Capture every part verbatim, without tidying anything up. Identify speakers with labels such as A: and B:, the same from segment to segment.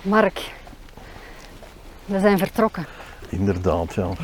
A: Mark, we zijn vertrokken.
B: Inderdaad, ja.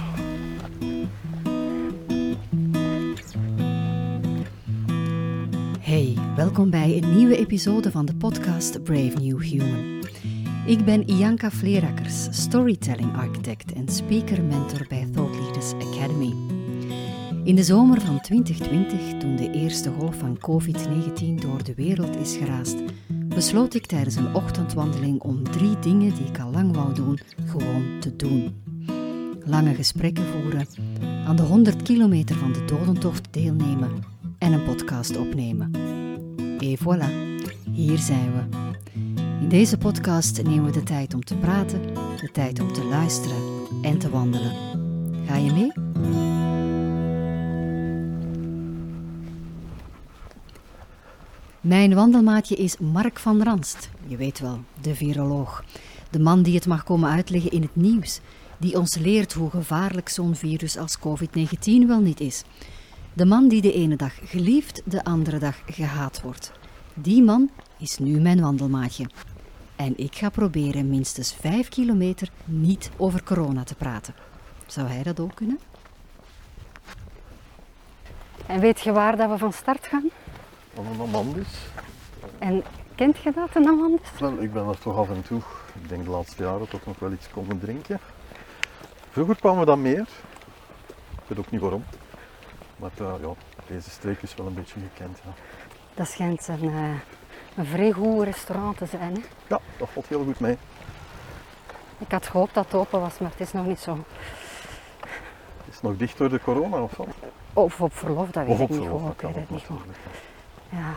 A: Hey, welkom bij een nieuwe episode van de podcast Brave New Human. Ik ben Ianka Vleerackers, storytelling architect en speaker mentor bij Thought Leaders Academy. In de zomer van twintig twintig, toen de eerste golf van covid negentien door de wereld is geraast, besloot ik tijdens een ochtendwandeling om drie dingen die ik al lang wou doen, gewoon te doen. Lange gesprekken voeren, aan de honderd kilometer van de dodentocht deelnemen en een podcast opnemen. Et voilà, hier zijn we. In deze podcast nemen we de tijd om te praten, de tijd om te luisteren en te wandelen. Ga je mee? Mijn wandelmaatje is Mark van Ranst. Je weet wel, de viroloog. De man die het mag komen uitleggen in het nieuws. Die ons leert hoe gevaarlijk zo'n virus als covid negentien wel niet is. De man die de ene dag geliefd, de andere dag gehaat wordt. Die man is nu mijn wandelmaatje. En ik ga proberen minstens vijf kilometer niet over corona te praten. Zou hij dat ook kunnen? En weet je waar dat we van start gaan?
B: Van een Amandus.
A: En kent je dat, een Amandus?
B: Wel, ik ben er toch af en toe, ik denk de laatste jaren, toch nog wel iets komen drinken. Vroeger kwamen we dan meer. Ik weet ook niet waarom. Maar uh, ja, deze streek is wel een beetje gekend. Ja.
A: Dat schijnt een, uh, een vrij goed restaurant te zijn. Hè?
B: Ja, dat valt heel goed mee.
A: Ik had gehoopt dat het open was, maar het is nog niet zo.
B: Is het nog dicht door de corona of wat?
A: Of op verlof, dat weet
B: Of op
A: ik niet
B: verlof,
A: goed.
B: dat kan
A: Ik weet
B: ook
A: het niet goed.
B: natuurlijk.
A: Ja.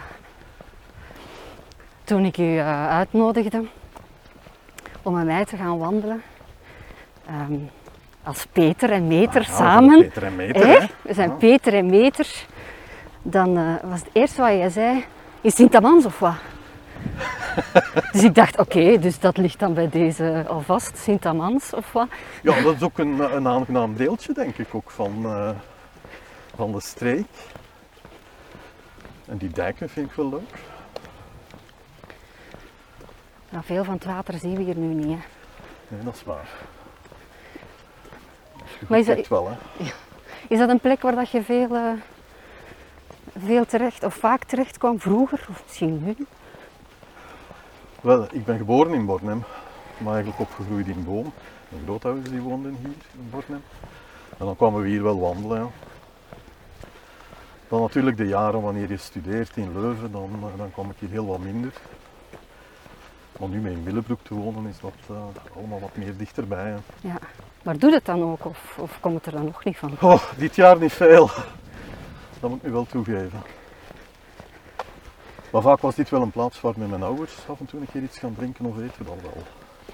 A: Toen ik u uh, uitnodigde om met mij te gaan wandelen, um, als Peter en Meter
B: Ah, ja,
A: samen,
B: Peter en Meter,
A: hè?
B: hè?
A: We zijn
B: Ja.
A: Peter en Meter, dan uh, was het eerste wat jij zei, is Sint-Amans of wat? Dus ik dacht, oké, okay, dus dat ligt dan bij deze alvast, Sint-Amans of wat?
B: Ja, dat is ook een, een aangenaam deeltje, denk ik, ook van, uh, van de streek. En die dijken vind ik wel leuk.
A: Nou, veel van het water zien we hier nu niet, hè.
B: Nee, dat is waar. Je
A: Maar is dat-
B: kijkt wel, hè.
A: Is dat een plek waar dat je veel, uh, veel terecht, of vaak terecht kwam vroeger, of misschien nu?
B: Wel, ik ben geboren in Bornem, maar eigenlijk opgegroeid in Boom. Mijn grootouders die woonden hier in Bornem. En dan kwamen we hier wel wandelen. Ja. Dan natuurlijk de jaren wanneer je studeert in Leuven, dan, uh, dan kwam ik hier heel wat minder. Maar nu met in Willebroek te wonen is dat uh, allemaal wat meer dichterbij. Hè.
A: Ja. Maar doe het dan ook, of, of komt het er dan nog niet van?
B: Oh, dit jaar niet veel. Dat moet ik nu wel toegeven. Maar vaak was dit wel een plaats waar met mijn ouders af en toe een keer iets gaan drinken of eten, dan wel.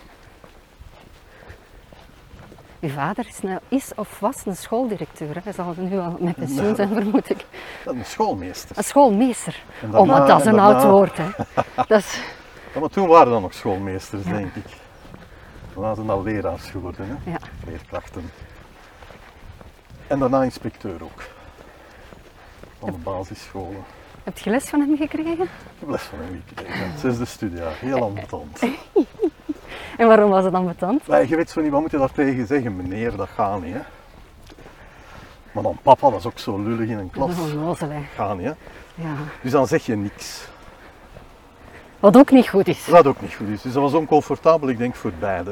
A: Uw vader is, nou, is of was een schooldirecteur, hè? Hij zal nu al met pensioen zijn, vermoed ik.
B: Dat is een schoolmeester.
A: Een schoolmeester.
B: En
A: Oh,
B: daarna-
A: maar dat is
B: en
A: een oud
B: daarna-
A: woord, hè. Dat is...
B: Ja, maar toen waren dat nog schoolmeesters,
A: Ja.
B: denk ik. Dan waren ze al leraars geworden, hè?
A: Ja.
B: Leerkrachten. En daarna inspecteur ook. Van de basisscholen.
A: Heb je les van hem gekregen?
B: Ik heb les van hem gekregen. Het zesde studiejaar, heel ambetant.
A: En waarom was het dan betant?
B: Maar je weet zo niet, wat moet je daar tegen zeggen? Meneer, dat gaat niet, hè. Maar dan papa, dat is ook zo lullig in een klas.
A: Dat is onnozel, hè.
B: Gaat niet, hè.
A: Ja.
B: Dus dan zeg je niks.
A: Wat ook niet goed is.
B: Wat ook niet goed is. Dus dat was oncomfortabel, ik denk, voor beide.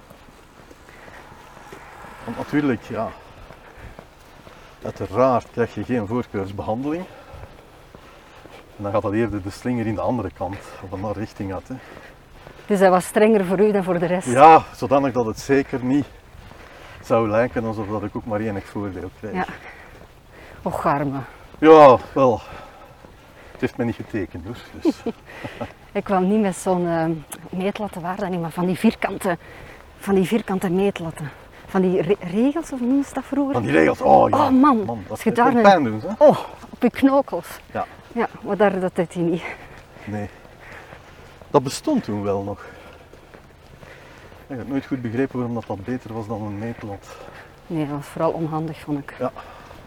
B: Want natuurlijk, ja, uiteraard krijg je geen voorkeursbehandeling. En dan gaat dat eerder de slinger in de andere kant, of een andere richting uit. Hè.
A: Dus hij was strenger voor u dan voor de rest.
B: Ja, zodanig dat het zeker niet zou lijken alsof dat ik ook maar enig voordeel krijg.
A: Ja. Och, arme.
B: Ja, wel. Het heeft mij niet getekend hoor. Dus.
A: Ik kwam niet met zo'n uh, meetlatten, waar dat niet, maar van die vierkante, van die vierkante meetlatten. Van die re- regels, of noemen ze dat vroeger?
B: Van die regels, oh ja.
A: Oh man,
B: dat
A: als je
B: is
A: daar een-
B: pijn doen, hè?
A: Oh, op je knokels.
B: Ja.
A: Ja, maar daar, dat deed hij niet.
B: Nee. Dat bestond toen wel nog. Ik heb nooit goed begrepen waarom dat, dat beter was dan een meetlat.
A: Nee, dat was vooral onhandig, vond ik.
B: Ja.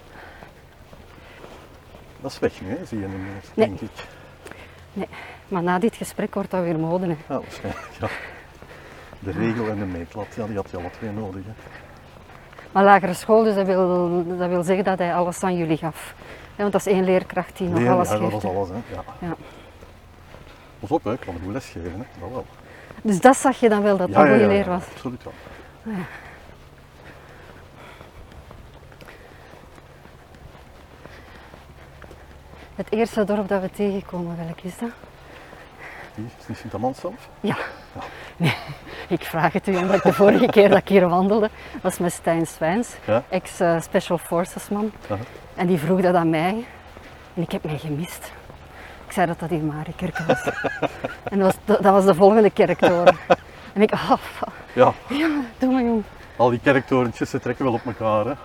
B: Dat is weg nu, hè? Zie je niet meer,
A: Nee.
B: denk ik.
A: Nee, maar na dit gesprek wordt dat weer mode. Hè.
B: Ja, waarschijnlijk, ja. De regel en de meetlat, ja, die had je alle twee nodig. Hè.
A: Maar lagere school, dus dat wil, dat wil zeggen dat hij alles aan jullie gaf. Ja, want dat is één leerkracht die nog
B: Leer,
A: alles
B: ja,
A: geeft.
B: dat was
A: hè.
B: alles. Hè. Ja.
A: Ja.
B: Pas op, hè. Ik kon goed lesgeven, hè. Dat wel.
A: Dus dat zag je dan wel, dat dat
B: Ja, ja,
A: goede
B: ja,
A: leer
B: ja,
A: was.
B: absoluut wel.
A: Ja. Het eerste dorp dat we tegenkomen, welk is dat?
B: Hier, is het niet Sint-Amans zelf?
A: Ja. Nee, ik vraag het u omdat ik de vorige keer dat ik hier wandelde, was met Stijn Swijns,
B: Ja.
A: ex-Special Forces man.
B: Aha.
A: En die vroeg dat aan mij en ik heb mij gemist. Ik zei dat dat in Marikerke was. En dat was, dat was de volgende kerktoren. En ik, oh, fuck.
B: Ja,
A: Ja, doe maar jong.
B: al die kerktorentjes, ze trekken wel op elkaar. Hè.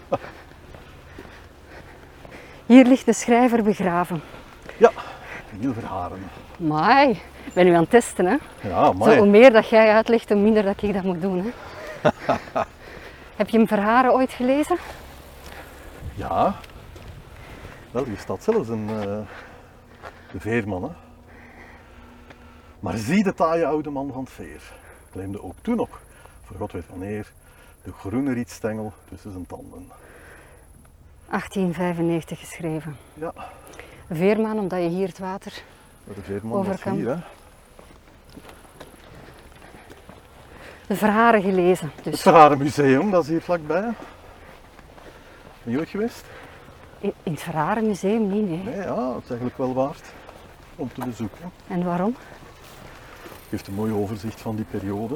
A: Hier ligt de schrijver begraven.
B: Ja, heel verharen.
A: Mai, ik ben nu aan het testen, hè.
B: Ja,
A: Zo,
B: maar
A: hoe meer dat jij uitlegt, hoe minder dat ik dat moet doen, hè. Heb je hem Verharen ooit gelezen?
B: ja. Wel, hier staat zelfs een uh, de veerman. Hè. Maar zie de taaie oude man van het veer. Claimde ook toen nog, voor god weet wanneer, de groene rietstengel tussen zijn tanden.
A: achttien vijfennegentig geschreven.
B: Ja,
A: Veerman, omdat je hier het water...
B: de veerman
A: Over
B: was
A: kan.
B: hier. Hè.
A: De Verharen gelezen,
B: Het
A: dus
B: Verharen Museum, dat is hier vlakbij. Ben je ooit geweest?
A: in, in het Verharen Museum niet, nee.
B: Nee, ja, het is eigenlijk wel waard om te bezoeken.
A: En waarom?
B: Het heeft een mooi overzicht van die periode.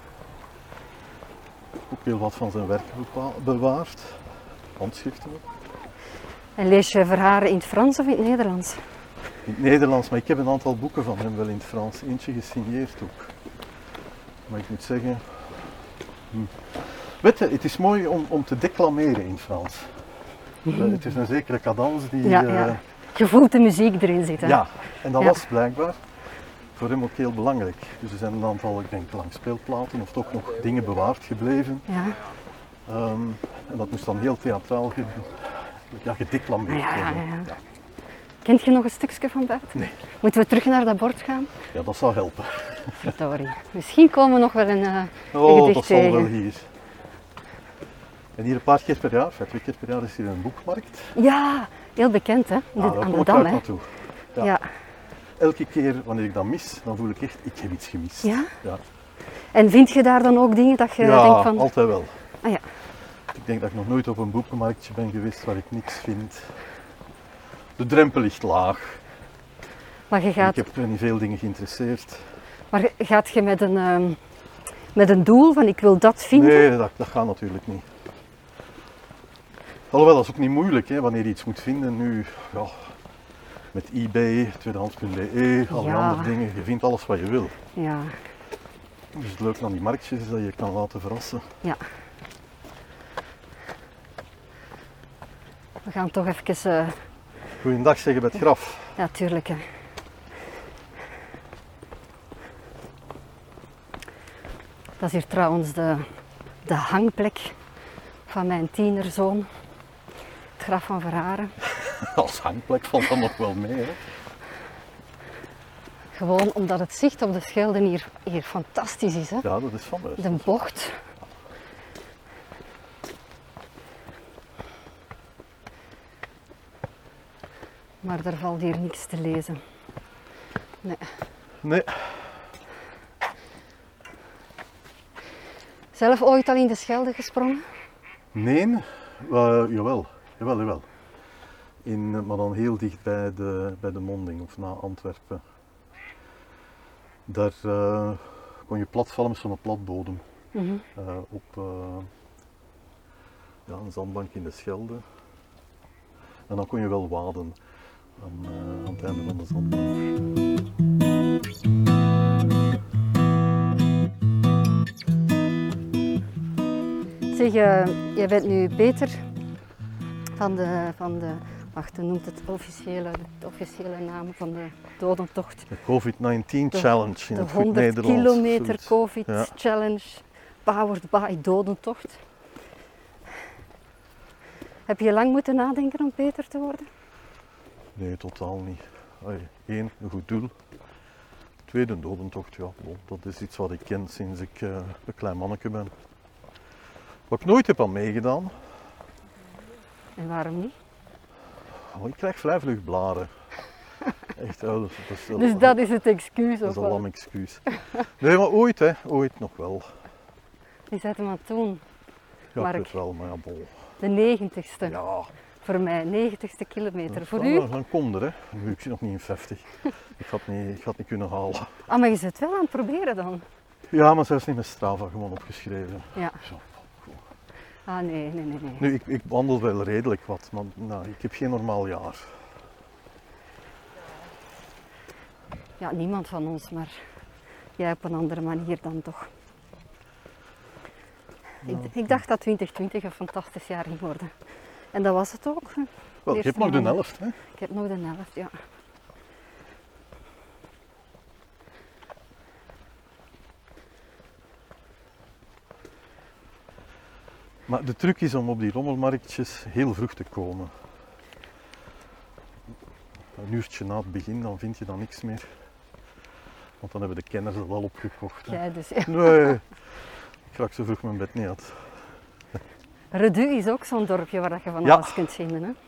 B: Ook heel wat van zijn werk bepa- bewaard. Handschriften ook.
A: En lees je Verharen in het Frans of in het Nederlands?
B: In het Nederlands, maar ik heb een aantal boeken van hem wel in het Frans. Eentje gesigneerd ook. Maar ik moet zeggen... Hm. Weet je, het is mooi om, om te declameren in het Frans. Uh, het is een zekere cadans die...
A: Ja,
B: uh,
A: ja. Je voelt de muziek erin zitten.
B: ja, en dat
A: Ja.
B: was blijkbaar voor hem ook heel belangrijk. Dus er zijn een aantal, ik denk, langspeelplaten of toch nog dingen bewaard gebleven.
A: Ja.
B: Um, en dat moest dan heel theatraal ge, ja, gedeclameerd
A: Ja, ja,
B: worden.
A: ja.
B: Ja.
A: Kent je nog een stukje van buiten?
B: Nee,
A: Moeten we terug naar dat bord gaan?
B: ja, dat zou helpen.
A: Verdorie. Misschien komen we nog wel een, uh, een
B: Oh,
A: gedicht
B: dat zal
A: tegen.
B: wel hier. En hier een paar keer per jaar, enfin, twee keer per jaar is hier een boekmarkt.
A: Ja, heel bekend hè,
B: Ah,
A: Dit-
B: daar
A: aan
B: kom
A: de
B: ik
A: Dam
B: graag
A: hè.
B: naartoe. Ja.
A: Ja.
B: Elke keer wanneer ik dat mis, dan voel ik echt, ik heb iets gemist.
A: Ja?
B: Ja,
A: En vind je daar dan ook dingen dat je
B: ja
A: denkt van...
B: altijd wel.
A: Ah ja,
B: Ik denk dat ik nog nooit op een boekenmarktje ben geweest waar ik niks vind. De drempel ligt laag.
A: maar je
B: En
A: gaat,
B: ik heb in veel dingen geïnteresseerd.
A: maar gaat je met een, ehm, met een doel van ik wil dat vinden?
B: Nee, dat, dat gaat natuurlijk niet. Alhoewel, dat is ook niet moeilijk hè, wanneer je iets moet vinden. Nu, ja, met eBay, tweedehands punt b e, alle
A: Ja.
B: andere dingen. Je vindt alles wat je wil.
A: Ja,
B: Dus het leuke aan die marktjes is dat je je kan laten verrassen.
A: ja. We gaan toch even... Uh,
B: Goeiedag zeggen bij het graf.
A: ja, tuurlijk hè. Dat is hier trouwens de, de hangplek van mijn tienerzoon. Het graf van Verharen.
B: Als hangplek valt dat nog wel mee. Hè?
A: Gewoon omdat het zicht op de Schelde hier, hier fantastisch is. Hè?
B: Ja, dat is van huis.
A: De bocht. Maar er valt hier niks te lezen. Nee.
B: Nee,
A: Zelf ooit al in de Schelde gesprongen?
B: nee, uh, jawel, jawel, jawel. In, eh, maar dan heel dicht bij de, bij de monding of na Antwerpen. Daar uh, kon je platvallen met zo'n platbodem.
A: Mm-hmm.
B: Uh, op uh, ja, een zandbank in de Schelde. En dan kon je wel waden aan, uh, aan het einde van de zandbank.
A: Zeg, uh, jij bent nu Peter van de, van de, wacht, hoe noemt het officiële, de officiële naam van de dodentocht?
B: De COVID negentien
A: De-
B: Challenge in
A: De
B: het goed
A: honderd
B: Nederlands.
A: kilometer
B: zoiets.
A: COVID
B: Ja.
A: Challenge, powered by dodentocht. Heb je lang moeten nadenken om Peter te worden?
B: Nee, totaal niet. Allee, één, een goed doel. tweede dodentocht, ja. Bon, dat is iets wat ik ken sinds ik uh, een klein manneke ben. Wat ik nooit heb aan meegedaan.
A: En waarom niet?
B: Oh, ik krijg vlijvluchtblaren. Echt, oh, dat, dat is,
A: dus dat is het excuus?
B: Dat is een lam excuus. Nee, maar ooit, hè. Ooit nog wel.
A: Je zet hem aan het doen.
B: Ja,
A: Mark.
B: ik weet wel, maar ja, bol.
A: De negentigste.
B: Ja.
A: Voor mij, negentigste kilometer. Voor
B: dan,
A: u?
B: Dan kom er, hè. Nu, ik zit nog niet in vijftig. ik, ga het niet, ik ga het niet kunnen halen.
A: Ah, maar je zit wel aan het proberen dan?
B: Ja, maar zelfs niet met Strava, gewoon opgeschreven.
A: Ja.
B: Zo.
A: Ah, nee, nee, nee. nee.
B: Nu, ik, ik wandel wel redelijk wat, maar nou, ik heb geen normaal jaar.
A: Ja, niemand van ons, maar jij op een andere manier dan toch.
B: Ja.
A: Ik, ik dacht dat twintig twintig een fantastisch jaar ging worden. En dat was het ook.
B: Wel, je hebt nog de helft, hè?
A: Ik heb nog de helft, ja.
B: Maar de truc is om op die rommelmarktjes heel vroeg te komen. Een uurtje na het begin, dan vind je dan niks meer. Want dan hebben de kenners dat al opgekocht. Hè.
A: Jij dus, ja.
B: Nee, ik raak zo vroeg mijn bed niet uit.
A: Redu is ook zo'n dorpje waar je van
B: Ja.
A: alles kunt vinden, hè?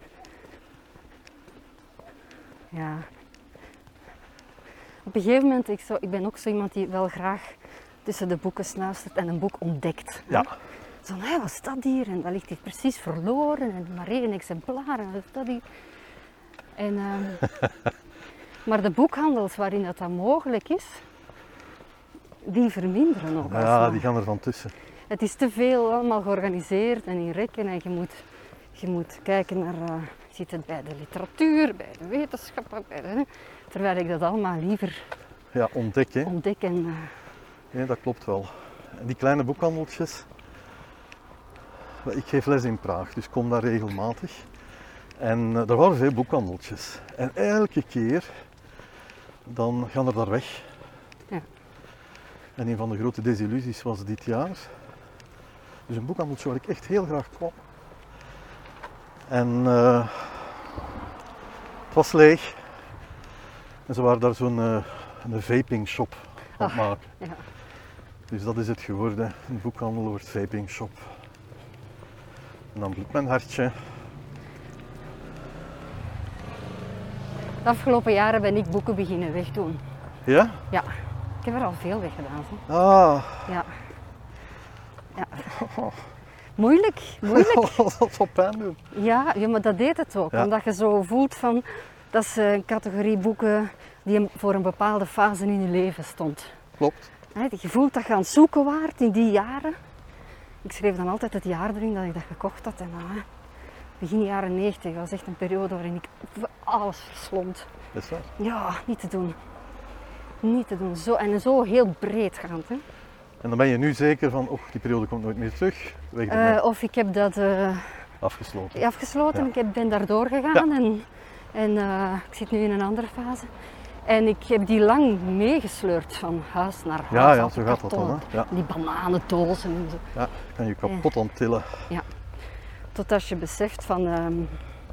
A: Ja. Op een gegeven moment, ik, zo, ik ben ook zo iemand die wel graag tussen de boeken snuistert en een boek ontdekt. Hè?
B: Ja.
A: Zo, hé, wat is dat hier? En dat ligt hier precies verloren en maar één exemplaar en wat is dat hier? En, ehm, maar de boekhandels waarin dat, dat mogelijk is, die verminderen ook.
B: Ja,
A: alsmaar.
B: die gaan er van tussen.
A: Het is te veel allemaal georganiseerd en in rekken en je moet, je moet kijken naar, uh, zit het bij de literatuur, bij de wetenschappen, bij de, terwijl ik dat allemaal liever
B: Ja, ontdek, hè.
A: ontdek en... Uh,
B: Ja, dat klopt wel. En die kleine boekhandeltjes, ik geef les in Praag, dus ik kom daar regelmatig. En uh, er waren veel boekhandeltjes. En elke keer, dan gaan er daar weg.
A: Ja.
B: En een van de grote desillusies was dit jaar. Dus een boekhandeltje waar ik echt heel graag kwam. En uh, het was leeg. En ze waren daar zo'n uh, een vaping shop aan het maken.
A: ja.
B: Dus dat is het geworden. Een boekhandel wordt vaping shop. En dan bloedt mijn hartje.
A: De afgelopen jaren ben ik boeken beginnen wegdoen.
B: Ja?
A: Ja, ik heb er al veel weggedaan. Zo.
B: Ah.
A: Ja. Ja. Moeilijk, moeilijk.
B: Dat zal pijn doen.
A: Ja, ja, maar dat deed het ook.
B: Ja.
A: Omdat je zo voelt van, dat is een categorie boeken die voor een bepaalde fase in je leven stond.
B: Klopt.
A: He, je voelt dat je aan het zoeken waart in die jaren. Ik schreef dan altijd het jaar erin dat ik dat gekocht had. En dan, hè, begin jaren negentig was echt een periode waarin ik alles verslond.
B: Is dat?
A: Ja, niet te doen. Niet te doen. Zo, en zo heel breedgaand. Hè.
B: En dan ben je nu zeker van, oh, die periode komt nooit meer terug. Weg ermee.
A: Uh, of ik heb dat uh,
B: Afgesloten.
A: afgesloten.
B: Ja.
A: Ik heb, ben daar doorgegaan.
B: Ja.
A: En, en uh, ik zit nu in een andere fase. En ik heb die lang meegesleurd van huis naar huis.
B: Ja, ja,
A: al
B: zo gaat dat dan.
A: kartonnen,
B: Hè? Ja.
A: Die bananendozen en zo.
B: Ja, kan je kapot aan tillen.
A: Tot als je beseft van... Um,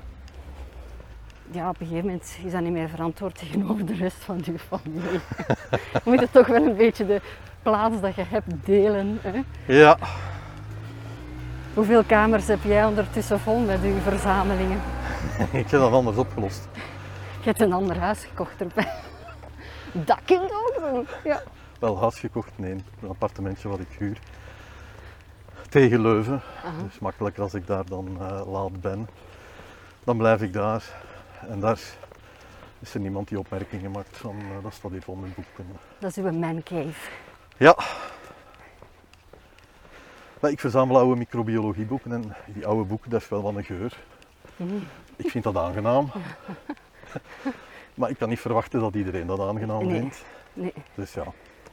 A: ja, op een gegeven moment is dat niet meer verantwoord tegenover de rest van je familie. Je moet het toch wel een beetje de plaats dat je hebt delen. Hè?
B: Ja.
A: Hoeveel kamers heb jij ondertussen vol met je verzamelingen?
B: Ik heb dat anders opgelost.
A: Je hebt een ander huis gekocht erbij. Dat kan ook doen. Ja.
B: Wel huis gekocht, nee. Een appartementje wat ik huur. Tegen Leuven.
A: Aha.
B: Dus makkelijker als ik daar dan uh, laat ben. Dan blijf ik daar. En daar is er niemand die opmerkingen maakt van uh, dat staat hier vol met boeken.
A: Dat is uw man cave.
B: Ja. Maar ik verzamel oude microbiologieboeken en die oude boeken, dat is wel wat een geur.
A: Mm.
B: Ik vind dat aangenaam. Maar ik kan niet verwachten dat iedereen dat aangenaam
A: Nee.
B: vindt.
A: Nee.
B: Dus ja.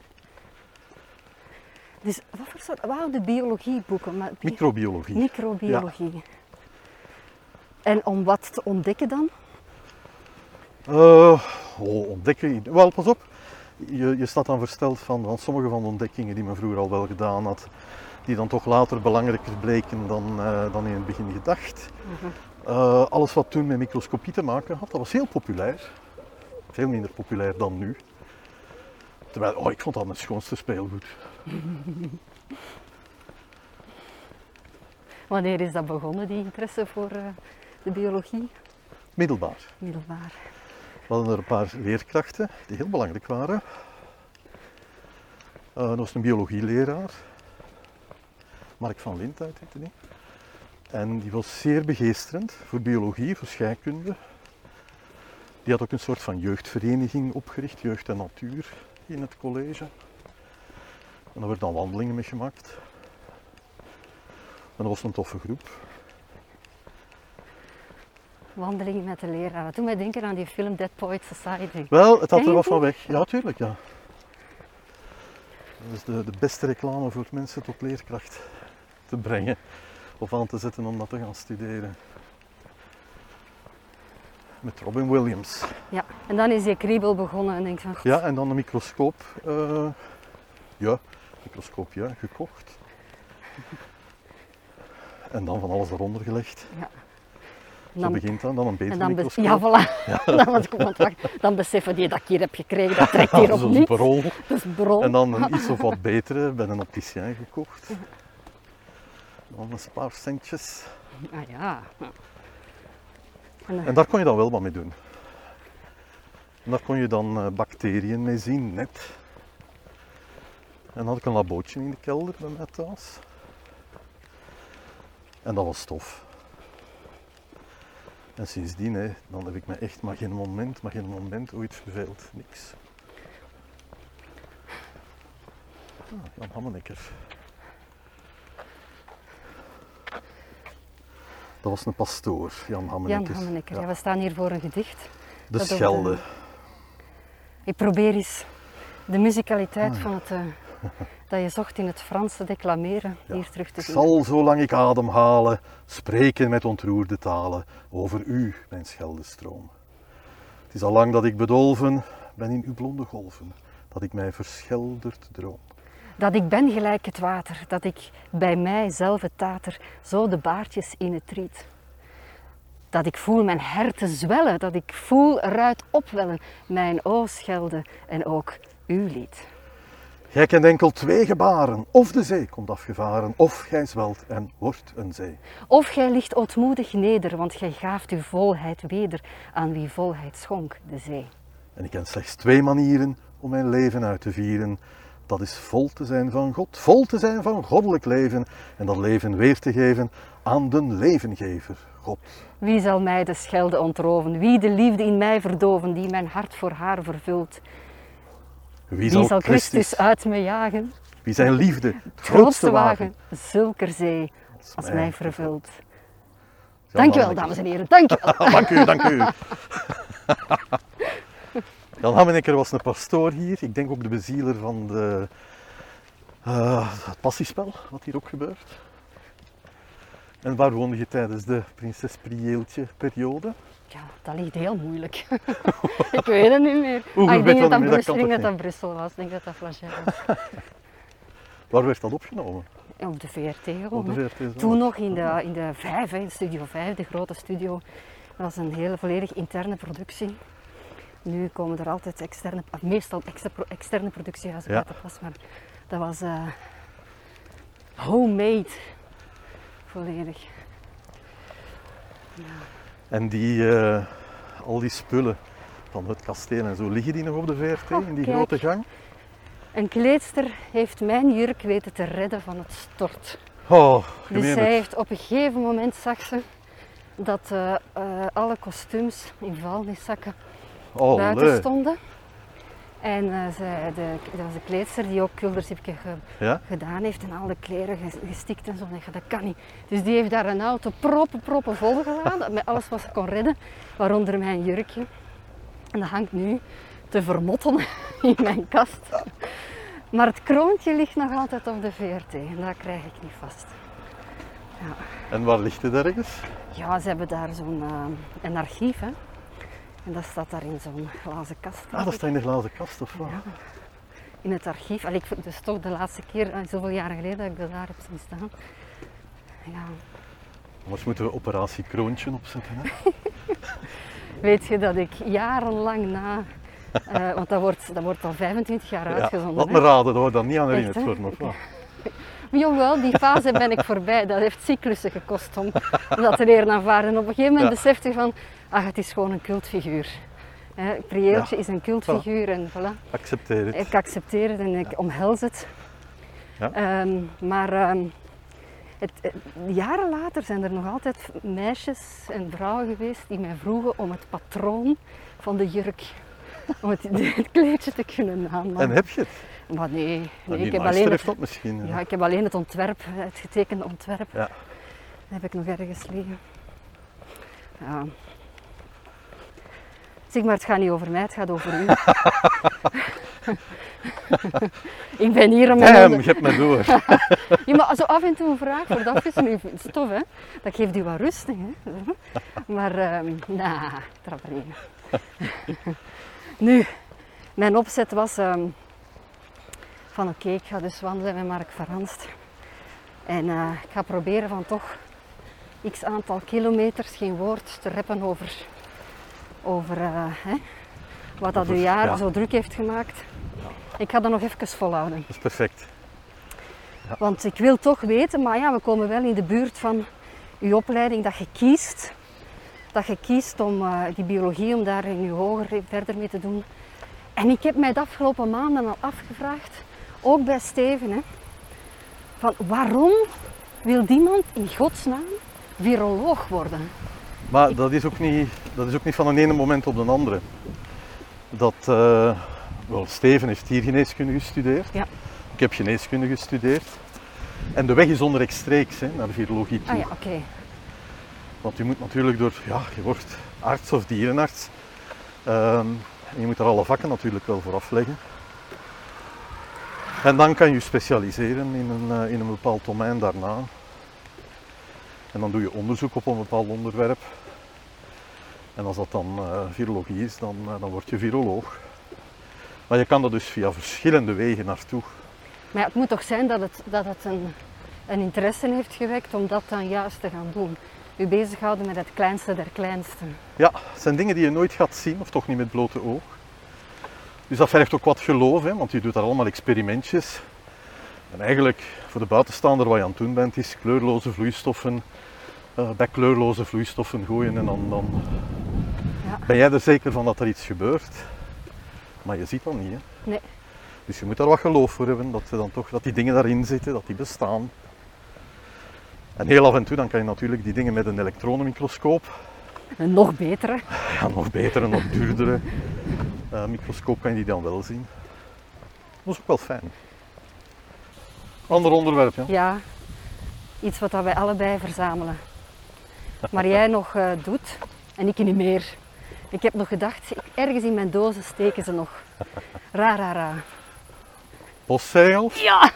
A: Dus wat voor soort oude biologieboeken? Maar bi-
B: Microbiologie.
A: Microbiologie. En om wat te ontdekken dan?
B: Uh, oh, ontdekken. Wel, pas op. Je, je staat dan versteld van, van sommige van de ontdekkingen die men vroeger al wel gedaan had. Die dan toch later belangrijker bleken dan, uh, dan in het begin gedacht.
A: Uh-huh.
B: Uh, alles wat toen met microscopie te maken had, dat was heel populair. Veel minder populair dan nu. Terwijl, oh, ik vond dat mijn schoonste speelgoed.
A: Wanneer is dat begonnen, die interesse voor uh, de biologie?
B: Middelbaar.
A: Middelbaar.
B: We hadden er een paar leerkrachten die heel belangrijk waren. Uh, dat was een biologieleraar. Mark van Linthout heette die. En die was zeer begeesterend voor biologie, voor scheikunde. Die had ook een soort van jeugdvereniging opgericht, Jeugd en Natuur, in het college. En daar werden dan wandelingen mee gemaakt. En dat was een toffe groep.
A: Wandelingen met de leraar. Dat doet mij denken aan die film Dead Poets Society.
B: Wel, het had
A: Ken
B: er
A: je
B: wat van
A: die?
B: weg. Ja, tuurlijk, ja. Dat is de, de beste reclame voor mensen tot leerkracht te brengen. Of aan te zetten om dat te gaan studeren. Met Robin Williams.
A: Ja, en dan is die kriebel begonnen en denk van...
B: Ja, en dan een microscoop. Uh, ja, microscoop, ja, gekocht. En dan van alles eronder gelegd.
A: Ja.
B: Zo
A: Dan,
B: begint dan, dan een betere
A: en dan
B: microscoop.
A: Ja, voilà. Ja. Dan, was ik op aan het wachten. Dan beseffen die dat ik hier heb gekregen, dat trekt hier
B: Ja,
A: op
B: zo'n
A: niet.
B: brol.
A: Dat is brol.
B: En dan een iets of wat betere bij een opticien gekocht. Dan een paar centjes.
A: Ah ja. En, uh,
B: En daar kon je dan wel wat mee doen. En daar kon je dan uh, bacteriën mee zien, net. En dan had ik een labootje in de kelder bij mij thuis. En dat was tof. En sindsdien, hè, dan heb ik me echt maar geen moment, maar geen moment ooit verveeld. Niks. Ah, Jan Hammenecker. Dat was een pastoor, Jan Hammenecker.
A: Jan Hammenecker,
B: Ja.
A: ja, we staan hier voor een gedicht.
B: De
A: Dat ook,
B: Schelde.
A: uh, Ik probeer eens de musicaliteit
B: Ah, ja.
A: van het, uh, dat je zocht in het Frans te declameren,
B: Ja.
A: hier terug te
B: Ik
A: zien.
B: zal, zolang ik ademhalen, spreken met ontroerde talen over u, mijn Scheldestroom. Het is al lang dat ik bedolven ben in uw blonde golven, dat ik mij verschelderd droom.
A: Dat ik ben gelijk het water, dat ik bij mij zelf het tater, zo de baardjes in het riet. Dat ik voel mijn herten zwellen, dat ik voel eruit opwellen, mijn o Schelde en ook uw lied.
B: Gij kent enkel twee gebaren, of de zee komt afgevaren, of gij zwelt en wordt een zee.
A: Of gij ligt ootmoedig neder, want gij gaaft uw volheid weder aan wie volheid schonk, de zee.
B: En ik ken slechts twee manieren om mijn leven uit te vieren. Dat is vol te zijn van God, vol te zijn van goddelijk leven en dat leven weer te geven aan den levengever, God.
A: Wie zal mij de Schelde ontroven? Wie de liefde in mij verdoven, die mijn hart voor haar vervult?
B: Wie
A: Wie zal Christus uit me jagen?
B: wie zijn liefde, het
A: Het
B: grootste wagen,
A: zulker zee als
B: mij
A: mij vervult.
B: Jan
A: Dankjewel,
B: Hammenecker.
A: dames en heren, dankjewel.
B: Dank u, dank u. Jan Hammenecker was een pastoor hier, ik denk ook de bezieler van de, uh, het passiespel, wat hier ook gebeurt. En waar woonde je tijdens de Prinses Prieeltje periode?
A: Ja, dat ligt heel moeilijk. Ik weet het niet meer.
B: Hoe
A: Ah, ik
B: weet
A: denk dat
B: dat
A: dat,
B: niet meer? Dat
A: Brussel,
B: kan
A: ik denk
B: toch
A: dat dat Brussel was, ik denk dat dat Flagey was.
B: Waar werd dat opgenomen?
A: Op de V R T gewoon.
B: Op de
A: hè.
B: V R T zelf.
A: Toen nog in de, in de vijf, hè, in Studio vijf, de grote studio. Dat was een hele volledig interne productie. Nu komen er altijd externe, of meestal extra, externe productiehuizen
B: Ja.
A: uit de pas, maar dat was uh, homemade. Volledig.
B: En die, uh, al die spullen van het kasteel en zo, liggen die nog op de V R T
A: Oh,
B: in die
A: kijk.
B: grote gang?
A: Een kleedster heeft mijn jurk weten te redden van het stort.
B: Oh,
A: Dus
B: gemeen
A: zij
B: het.
A: heeft op een gegeven moment zag ze dat uh, uh, alle kostuums in vuilniszakken
B: Oh,
A: buiten
B: leuk.
A: stonden. En uh, zij, de, dat was de kleedster die ook Kuldersipke ge,
B: Ja?
A: gedaan heeft en al de kleren ges- gestikt en zo. En ik dacht, dat kan niet. Dus die heeft daar een auto proppen, proppen volgeladen met alles wat ze kon redden, waaronder mijn jurkje. En dat hangt nu te vermotten in mijn kast. Maar het kroontje ligt nog altijd op de V R T en dat krijg ik niet vast. Ja,
B: En waar ligt het ergens?
A: ja ze hebben daar zo'n uh, een archief, hè. En dat staat daar in zo'n glazen kast.
B: Ah, dat staat in de glazen kast of wat?
A: Ja. In het archief. Allee, ik, dus toch de laatste keer, uh, zoveel jaren geleden, dat ik dat daar heb zien staan. Ja.
B: Anders moeten we operatie Kroontje opzetten. Hè?
A: Weet je dat ik jarenlang na Uh, want dat wordt, dat wordt al vijfentwintig jaar
B: Ja,
A: uitgezonden.
B: laat
A: hè.
B: me raden, dat we dat niet aan
A: Echt,
B: herinnerd
A: hè?
B: worden. Of wat?
A: Maar jawel, die fase ben ik voorbij. Dat heeft cyclussen gekost om, om dat te leren aanvaarden. En op een gegeven moment
B: Ja.
A: besefte je van, ach, het is gewoon een cultfiguur. Hè, Prieeltje
B: Ja.
A: is een cultfiguur en voilà.
B: Accepteer het.
A: Ik accepteer het en ik omhels het.
B: Ja.
A: Ehm, maar ehm, het, het- jaren later zijn er nog altijd meisjes en vrouwen geweest die mij vroegen om het patroon van de jurk, om het, het kleedje te kunnen namaken.
B: En heb je het?
A: Maar nee,
B: Nou,
A: nee
B: die
A: ik, heb
B: naaister
A: alleen
B: heeft
A: het,
B: dat misschien.
A: ja, ik heb alleen het ontwerp, het getekende ontwerp.
B: Ja.
A: Dat heb ik nog ergens liggen. Ja. Zeg maar, het gaat niet over mij, het gaat over u. Ik ben hier om mijn...
B: Damn,
A: ode-
B: je hebt me door.
A: Ja, maar zo af en toe een vraag voor het afwisselen, dat is tof hè. Dat geeft u wat rustig hè. Maar, ehm nah, trap erin. Nu, mijn opzet was ehm, van oké, ik ga dus wandelen met Mark Verhanst. En eh, ik ga proberen van toch x aantal kilometers geen woord te reppen over, over eh, hè, wat dat
B: Over-
A: uw jaar
B: ja.
A: zo druk heeft gemaakt. Ik ga dat nog even volhouden.
B: Dat is perfect.
A: Want ik wil toch weten, maar ja, we komen wel in de buurt van uw opleiding dat je kiest. Dat je kiest om eh, die biologie, om daar in je hoger verder mee te doen. En ik heb mij de afgelopen maanden al afgevraagd, ook bij Steven, hè, van waarom wil die man in godsnaam viroloog worden?
B: Maar dat is ook niet, dat is ook niet van een ene moment op de andere. Dat, eh, wel, Steven heeft hier geneeskunde gestudeerd.
A: Ja.
B: Ik heb geneeskunde gestudeerd. En de weg is onrechtstreeks hè, naar de virologie toe.
A: Ah ja, oké.
B: Want je moet natuurlijk door, ja, je wordt arts of dierenarts. Ehm, en je moet er alle vakken natuurlijk wel voor afleggen. En dan kan je je specialiseren in een, eh, in een bepaald domein daarna. En dan doe je onderzoek op een bepaald onderwerp. En als dat dan eh, virologie is, dan, eh, dan word je viroloog. Maar je kan er dus via verschillende wegen naartoe.
A: Maar ja, het moet toch zijn dat het, dat het een, een interesse heeft gewekt om dat dan juist te gaan doen. U bezighouden met het kleinste der kleinste.
B: Ja, het zijn dingen die je nooit gaat zien, of toch niet met blote oog. Dus dat vergt ook wat geloof, hè, want je doet daar allemaal experimentjes. En eigenlijk, voor de buitenstaander wat je aan het doen bent, is kleurloze vloeistoffen, eh, bij kleurloze vloeistoffen gooien en dan, dan
A: Ja.
B: ben jij er zeker van dat er iets gebeurt. Maar je ziet dat niet, hè.
A: Nee.
B: Dus je moet daar wat geloof voor hebben, dat, je dan toch, dat die dingen daarin zitten, dat die bestaan. En heel af en toe dan kan je natuurlijk die dingen met een elektronenmicroscoop,
A: Een nog betere.
B: ja, nog betere, nog duurdere uh, microscoop kan je die dan wel zien. Dat is ook wel fijn. Ander onderwerp, ja.
A: Ja, iets wat wij allebei verzamelen. Maar jij nog eh, doet en ik niet meer. Ik heb nog gedacht, ik- ergens in mijn dozen steken ze nog. Ra, ra, ra.
B: Postzegels,
A: Ja!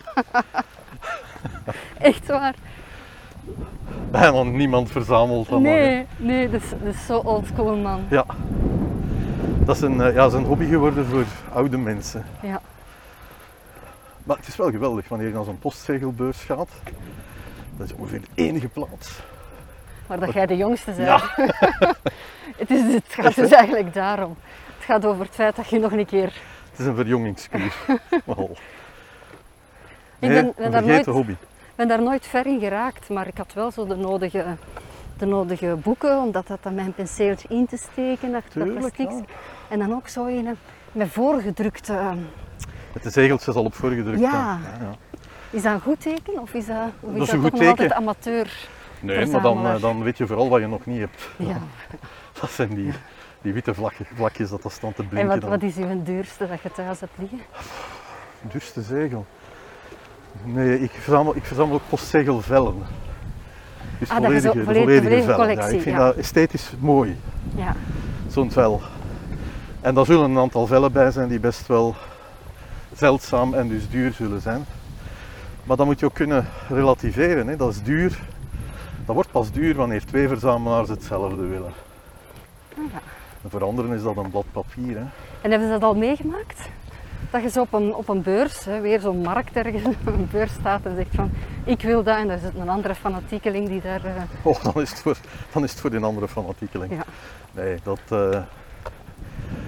A: Echt waar.
B: bijna niemand verzamelt dat maar, hè.
A: Nee, nee, dat is, dat is zo oldschool man.
B: Ja. Dat is een, eh, ja, dat is een hobby geworden voor oude mensen.
A: Ja.
B: Maar het is wel geweldig wanneer je naar zo'n postzegelbeurs gaat. Dat is ongeveer de enige plaats.
A: Maar dat jij de jongste bent.
B: Ja.
A: het, is, het gaat dus eigenlijk daarom. Het gaat over het feit dat je nog een keer...
B: Het is een verjongingskuur. Wel.
A: Ik
B: Nee,
A: ben,
B: een
A: ben, daar nooit,
B: vergeten hobby.
A: ben daar nooit ver in geraakt, maar ik had wel zo de nodige, de nodige boeken, om dat, dat aan mijn penseeltje in te steken, achter dat
B: Tuurlijk,
A: plastiek.
B: ja.
A: En dan ook zo in een, met voorgedrukte... eh,
B: Met de zegeltjes al op voorgedrukt.
A: Ja.
B: Ja, ja.
A: Is dat een goed teken of is dat, of is
B: Dat is
A: dat
B: een
A: toch
B: goed
A: nog altijd
B: teken.
A: amateur?
B: Nee, maar dan,
A: Verzamelaar.
B: eh, dan weet je vooral wat je nog niet hebt.
A: Ja.
B: Dat zijn die, die witte vlakje- vlakjes dat dat staan te
A: En
B: blinken.
A: wat,
B: dan.
A: wat is uw duurste dat je thuis hebt liggen?
B: Duurste zegel. Nee, ik verzamel, ik verzamel ook postzegelvellen. Dus
A: Ah, dat je zo
B: volledige, de
A: volledig-
B: volledige
A: volledige
B: vellen. Ja,
A: collectie,
B: ik vind
A: ja.
B: dat esthetisch mooi,
A: Ja.
B: zo'n vel. En daar zullen een aantal vellen bij zijn die best wel zeldzaam en dus duur zullen zijn. Maar dat moet je ook kunnen relativeren. Hè. Dat is duur. Dat wordt pas duur wanneer twee verzamelaars hetzelfde willen.
A: Ah, ja.
B: En voor anderen is dat een blad papier. Hè.
A: En hebben ze dat al meegemaakt? Dat je zo op een, op een beurs, hè, weer zo'n markt ergens, op een beurs staat en zegt van ik wil dat en daar zit een andere fanatiekeling die daar... eh,
B: Oh, dan is het voor, dan is het voor een andere fanatiekeling.
A: Ja.
B: Nee, dat, eh,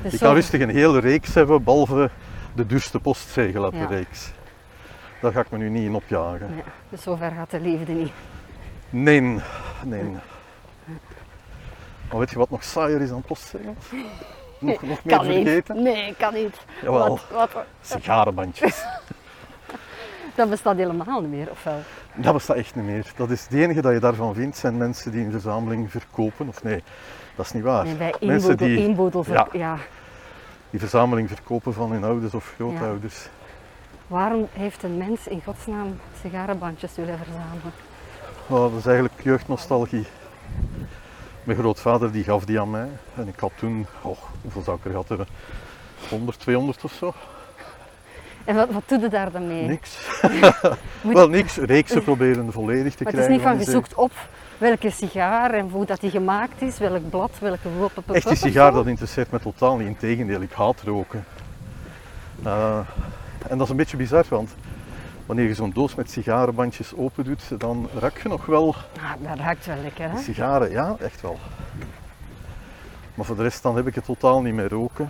A: Dus
B: Je
A: zo-
B: kan rustig een hele reeks hebben, behalve de duurste postzegelappenreeks. Daar ga ik me nu niet in opjagen.
A: Ja, dus zover gaat de liefde niet.
B: Nee, nee. Maar weet je wat nog saaier is dan postzegels? Nog, nog meer
A: Kan
B: vergeten?
A: niet. Nee, kan niet.
B: Jawel,
A: Wat, wat,
B: sigarenbandjes.
A: dat bestaat helemaal niet meer, of wel?
B: Dat bestaat echt niet meer. Dat is het enige dat je daarvan vindt, zijn mensen die een verzameling verkopen. Of nee, dat is niet waar.
A: Nee, bij
B: mensen
A: inboedel,
B: die
A: inboedel ver-
B: ja.
A: ja.
B: die verzameling verkopen van hun ouders of grootouders.
A: Waarom heeft een mens in godsnaam sigarenbandjes willen verzamelen?
B: Oh, dat is eigenlijk jeugdnostalgie. Mijn grootvader die gaf die aan mij. En ik had toen, oh, hoeveel zou ik er gehad hebben? honderd, tweehonderd of zo.
A: En wat, wat doe je daar dan mee?
B: Niks.
A: Moet-
B: Wel niks, reeksen proberen volledig te
A: Maar het is
B: krijgen.
A: niet van
B: die
A: gezocht op welke sigaar en hoe dat die gemaakt is, welk blad, welke woppen.
B: Echt die sigaar, dat interesseert me totaal niet. Integendeel, ik haat roken. Uh, en dat is een beetje bizar, want wanneer je zo'n doos met sigarenbandjes open doet, dan ruik je nog wel
A: Ah, dat ruikt wel lekker, hè?
B: sigaren. Ja, echt wel. Maar voor de rest dan heb ik het totaal niet meer roken.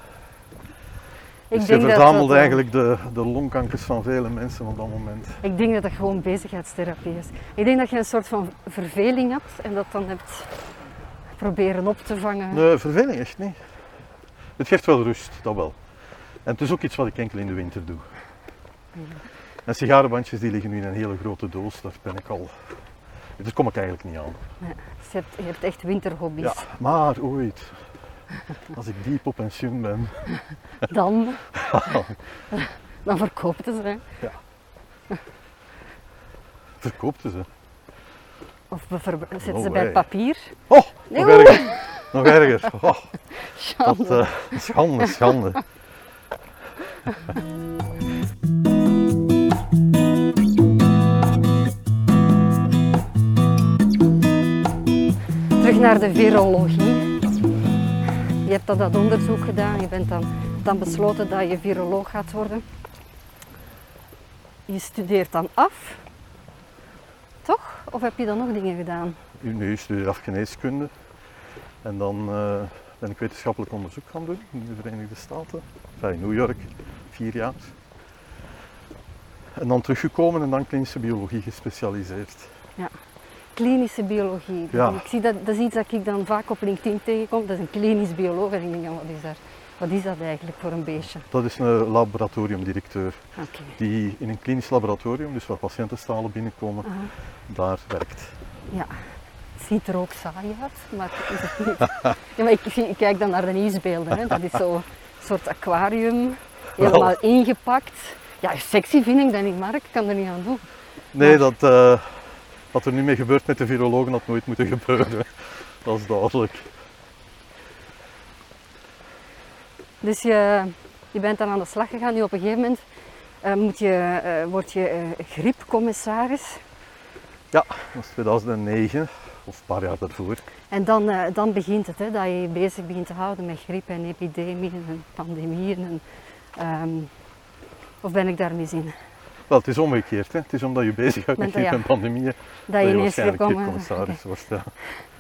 A: Ik
B: Dus je
A: denk dat
B: verzamelt
A: dat, eh,
B: eigenlijk de, de longkankers van vele mensen op dat moment.
A: Ik denk dat dat gewoon bezigheidstherapie is. Ik denk dat je een soort van verveling hebt en dat dan hebt proberen op te vangen.
B: Nee, verveling echt niet. Het geeft wel rust, dat wel. En het is ook iets wat ik enkel in de winter doe. En sigarenbandjes die liggen nu in een hele grote doos, daar ben ik al... Daar kom ik eigenlijk niet aan.
A: Nee, dus je, hebt, je hebt echt winterhobby's.
B: Ja, maar ooit, als ik diep op pensioen ben,
A: Dan, dan verkoopt het ze. Hè.
B: verkoopten ze.
A: Of we ver- zetten
B: No
A: ze bij
B: way.
A: papier.
B: Oh,
A: Nee,
B: nog erger. Nog erger. Oh,
A: Schande.
B: dat, uh, schande, schande.
A: Terug naar de virologie. Je hebt dan dat onderzoek gedaan, je bent dan, dan besloten dat je viroloog gaat worden. Je studeert dan af, toch? Of heb je dan nog dingen gedaan?
B: Nu studeer ik af geneeskunde. En dan uh, ben ik wetenschappelijk onderzoek gaan doen in de Verenigde Staten. Enfin, in New York, vier jaar. En dan teruggekomen en dan klinische biologie gespecialiseerd.
A: Klinische biologie.
B: Ja.
A: Ik zie dat, dat is iets dat ik dan vaak op LinkedIn tegenkom. Dat is een klinisch bioloog. En ik denk, ja, wat is, daar, wat is dat eigenlijk voor een beestje?
B: Dat is een laboratoriumdirecteur
A: Oké.
B: die in een klinisch laboratorium, dus waar patiëntenstalen binnenkomen,
A: Aha.
B: daar werkt.
A: Ja, het ziet er ook saai uit, maar is het niet. Ja, maar ik, zie- ik kijk dan naar de nieuwsbeelden. Hè. Dat is zo'n soort aquarium, helemaal ingepakt. Ja, sexy vind ik dat niet, Mark. Ik kan er niet aan doen.
B: Nee,
A: Maar-
B: dat, uh, wat er nu mee gebeurt met de virologen had nooit moeten gebeuren. Dat is duidelijk.
A: Dus je, je bent dan aan de slag gegaan. Nu op een gegeven moment eh, moet je, eh, word je eh, griepcommissaris.
B: Ja, dat is tweeduizend negen, of een paar jaar daarvoor.
A: En dan, eh, dan begint het, hè, dat je je bezig begint te houden met griep en epidemieën en pandemieën. En, ehm, of ben ik daar mis in?
B: Wel, het is omgekeerd. Hè. Het is omdat je bezig houdt met
A: Met-
B: griep
A: ja.
B: en pandemieën,
A: Dat je ineens
B: waarschijnlijk
A: gekomen-
B: griepcommissaris
A: Oké.
B: wordt. Ja.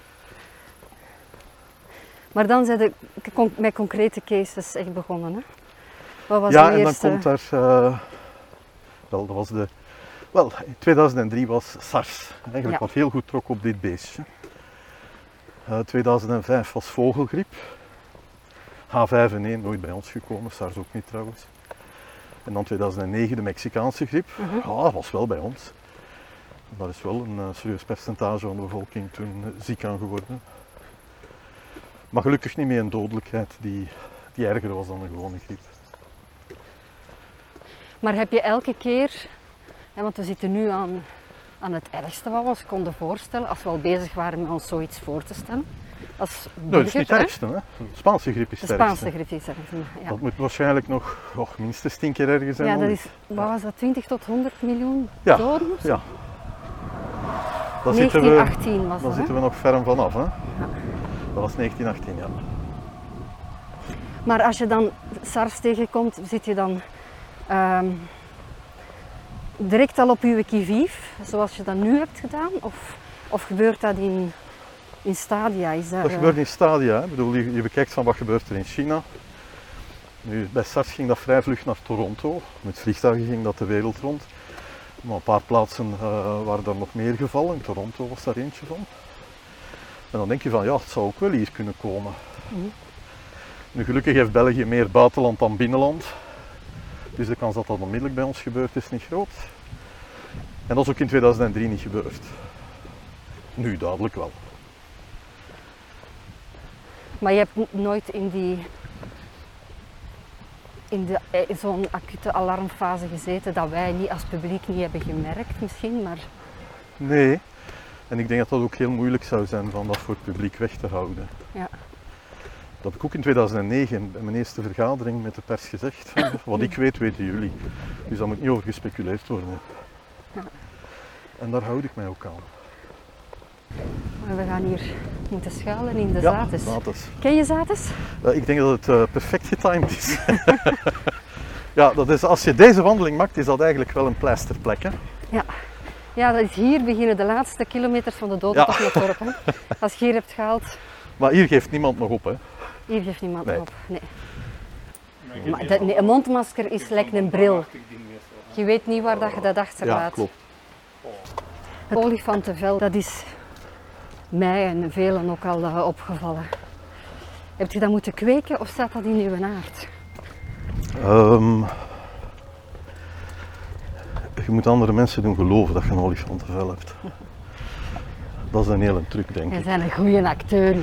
A: Maar dan zijn de con- met concrete cases echt begonnen. Hè? Wat was
B: Ja,
A: de
B: en dan
A: eerste?
B: komt daar... eh, wel, dat was de... Wel, in tweeduizend drie was SARS. Eigenlijk
A: Ja.
B: wat heel goed trok op dit beestje. Eh, tweeduizend vijf was vogelgriep. H vijf N één nooit bij ons gekomen, SARS ook niet trouwens. En dan tweeduizend negen de Mexicaanse griep.
A: Mhm.
B: Ja, dat was wel bij ons. Daar is wel een uh, serieus percentage van de bevolking toen uh, ziek aan geworden. Maar gelukkig niet meer een dodelijkheid die, die erger was dan een gewone griep.
A: Maar heb je elke keer, hè, want we zitten nu aan, aan het ergste wat we ons konden voorstellen, als we al bezig waren met ons zoiets voor te stellen. Als
B: Nee, dat is
A: burger,
B: niet het
A: hè?
B: ergste. Hè? De Spaanse griep is
A: De
B: het
A: Spaanse
B: ergste.
A: griep is er. Ja,
B: Dat moet waarschijnlijk nog oh, minstens tien keer erger zijn
A: ja
B: dan
A: dat
B: dit.
A: is, wat was dat, twintig tot honderd miljoen
B: Ja,
A: doden? of zo?
B: Ja. Daar zitten
A: negentien
B: we,
A: achttien was
B: daar
A: dat,
B: zitten
A: hè?
B: we nog ferm vanaf. Hè? Dat was negentien achttien, ja.
A: Maar als je dan SARS tegenkomt, zit je dan ehm, direct al op je qui-vive, zoals je dat nu hebt gedaan? Of, of gebeurt dat in In stadia is dat...
B: Dat
A: uh...
B: gebeurt in stadia. Hè. Ik bedoel, je, je bekijkt van wat gebeurt er in China. Nu, bij SARS ging dat vrij vlug naar Toronto. Met vliegtuigen ging dat de wereld rond. Maar een paar plaatsen uh, waren er nog meer gevallen. In Toronto was daar eentje van. En dan denk je van, ja, het zou ook wel hier kunnen komen. Mm. Nu, gelukkig heeft België meer buitenland dan binnenland. Dus de kans dat dat onmiddellijk bij ons gebeurt is niet groot. En dat is ook in tweeduizend drie niet gebeurd. Nu duidelijk wel.
A: Maar je hebt nooit in die... in de, in zo'n acute alarmfase gezeten dat wij niet als publiek niet hebben gemerkt misschien, maar...
B: Nee. En ik denk dat dat ook heel moeilijk zou zijn van dat voor het publiek weg te houden.
A: Ja.
B: Dat heb ik ook in tweeduizend negen bij mijn eerste vergadering met de pers gezegd. Van, wat ik weet, weten jullie. Dus daar moet niet over gespeculeerd worden.
A: Ja.
B: En daar houd ik mij ook aan.
A: Maar we gaan hier moeten schuilen in de
B: ja,
A: Zates.
B: Zates.
A: Ken je Zates?
B: Uh, ik denk dat het uh, perfect getimed is. Ja, dat is, als je deze wandeling maakt, is dat eigenlijk wel een pleisterplek. Hè?
A: Ja. Ja, dat is hier beginnen de laatste kilometers van de dodentocht naar het dorp. Hè? Als je hier hebt gehaald...
B: Maar hier geeft niemand nog op, hè?
A: Hier geeft niemand
B: nee.
A: nog op, nee. Maar dat, nee, een mondmasker is lekker een bril. Je weet niet waar dat je dat achterlaat.
B: Ja, klopt.
A: Het olifantenvel, dat is mij en velen ook al uh, opgevallen. Heb je dat moeten kweken of staat dat in uw aard?
B: Um, je moet andere mensen doen geloven dat je een olifantenvel hebt. Dat is een hele truc, denk ik.
A: Je bent een goede acteur.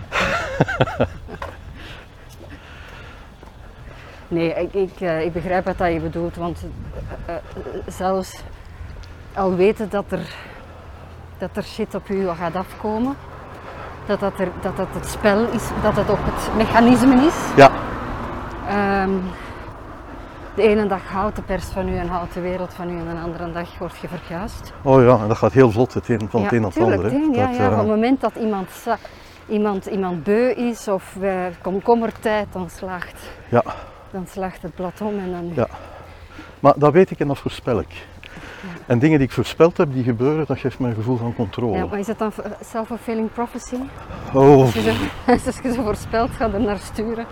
A: Nee, ik, ik, uh, ik begrijp wat je bedoelt, want uh, uh, zelfs al weten dat er, dat er shit op u gaat afkomen, dat dat, er, dat dat het spel is, dat dat ook het mechanisme is.
B: Ja.
A: Um, de ene dag houdt de pers van u en houdt de wereld van u en de andere dag word je verguisd.
B: Oh ja, en dat gaat heel vlot het een van
A: ja,
B: het een naar het ander.
A: Het een, ja,
B: dat,
A: ja.
B: uh...
A: Op het moment dat iemand, iemand, iemand beu is of uh, komkommertijd, dan slaagt,
B: ja.
A: dan slaagt het blad om. En dan...
B: Ja. Maar dat weet ik en dat voorspel ik. Ja. En dingen die ik voorspeld heb, die gebeuren, dat geeft mij een gevoel van controle.
A: Ja, maar is het dan self-fulfilling prophecy?
B: Oh.
A: Als je zo, als je zo voorspelt, ga er naar sturen.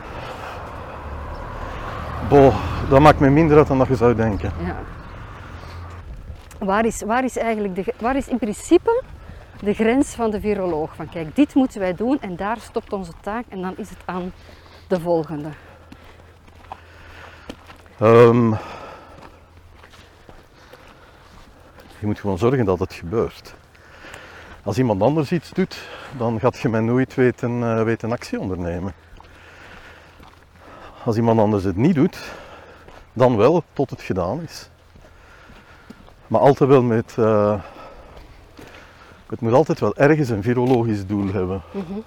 B: Boah, dat maakt me minder uit dan dat je zou denken.
A: Ja. Waar is, waar is eigenlijk de, waar is in principe de grens van de viroloog? Van kijk, dit moeten wij doen en daar stopt onze taak en dan is het aan de volgende.
B: Um, je moet gewoon zorgen dat het gebeurt. Als iemand anders iets doet, dan gaat je mij nooit weten, uh, weten actie ondernemen. Als iemand anders het niet doet, dan wel tot het gedaan is. Maar altijd wel met... Uh, het moet altijd wel ergens een virologisch doel hebben. Mm-hmm.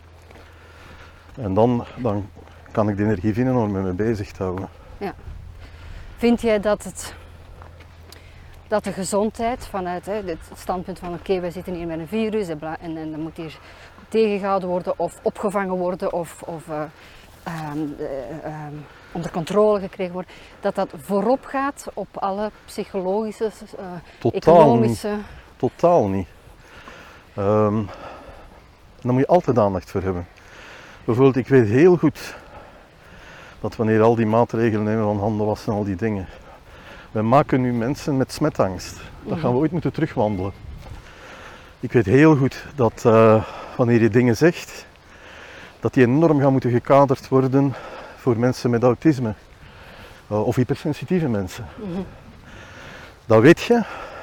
B: En dan, dan kan ik de energie vinden om me mee bezig te houden.
A: Ja. Vind jij dat, het, dat de gezondheid vanuit hè, het standpunt van oké, okay, wij zitten hier met een virus en, en, en dat moet hier tegengehouden worden of opgevangen worden of... of uh, Um, uh, um, onder controle gekregen wordt, dat dat voorop gaat op alle psychologische, uh,
B: Totaal
A: economische...
B: Niet. Totaal niet. Um, daar moet je altijd aandacht voor hebben. Bijvoorbeeld, ik weet heel goed dat wanneer al die maatregelen nemen van handen wassen en al die dingen, wij maken nu mensen met smetangst. Dat gaan we ooit moeten terugwandelen. Ik weet heel goed dat uh, wanneer je dingen zegt, dat die enorm gaan moeten gekaderd worden voor mensen met autisme uh, of hypersensitieve mensen. Mm-hmm. Dat weet je.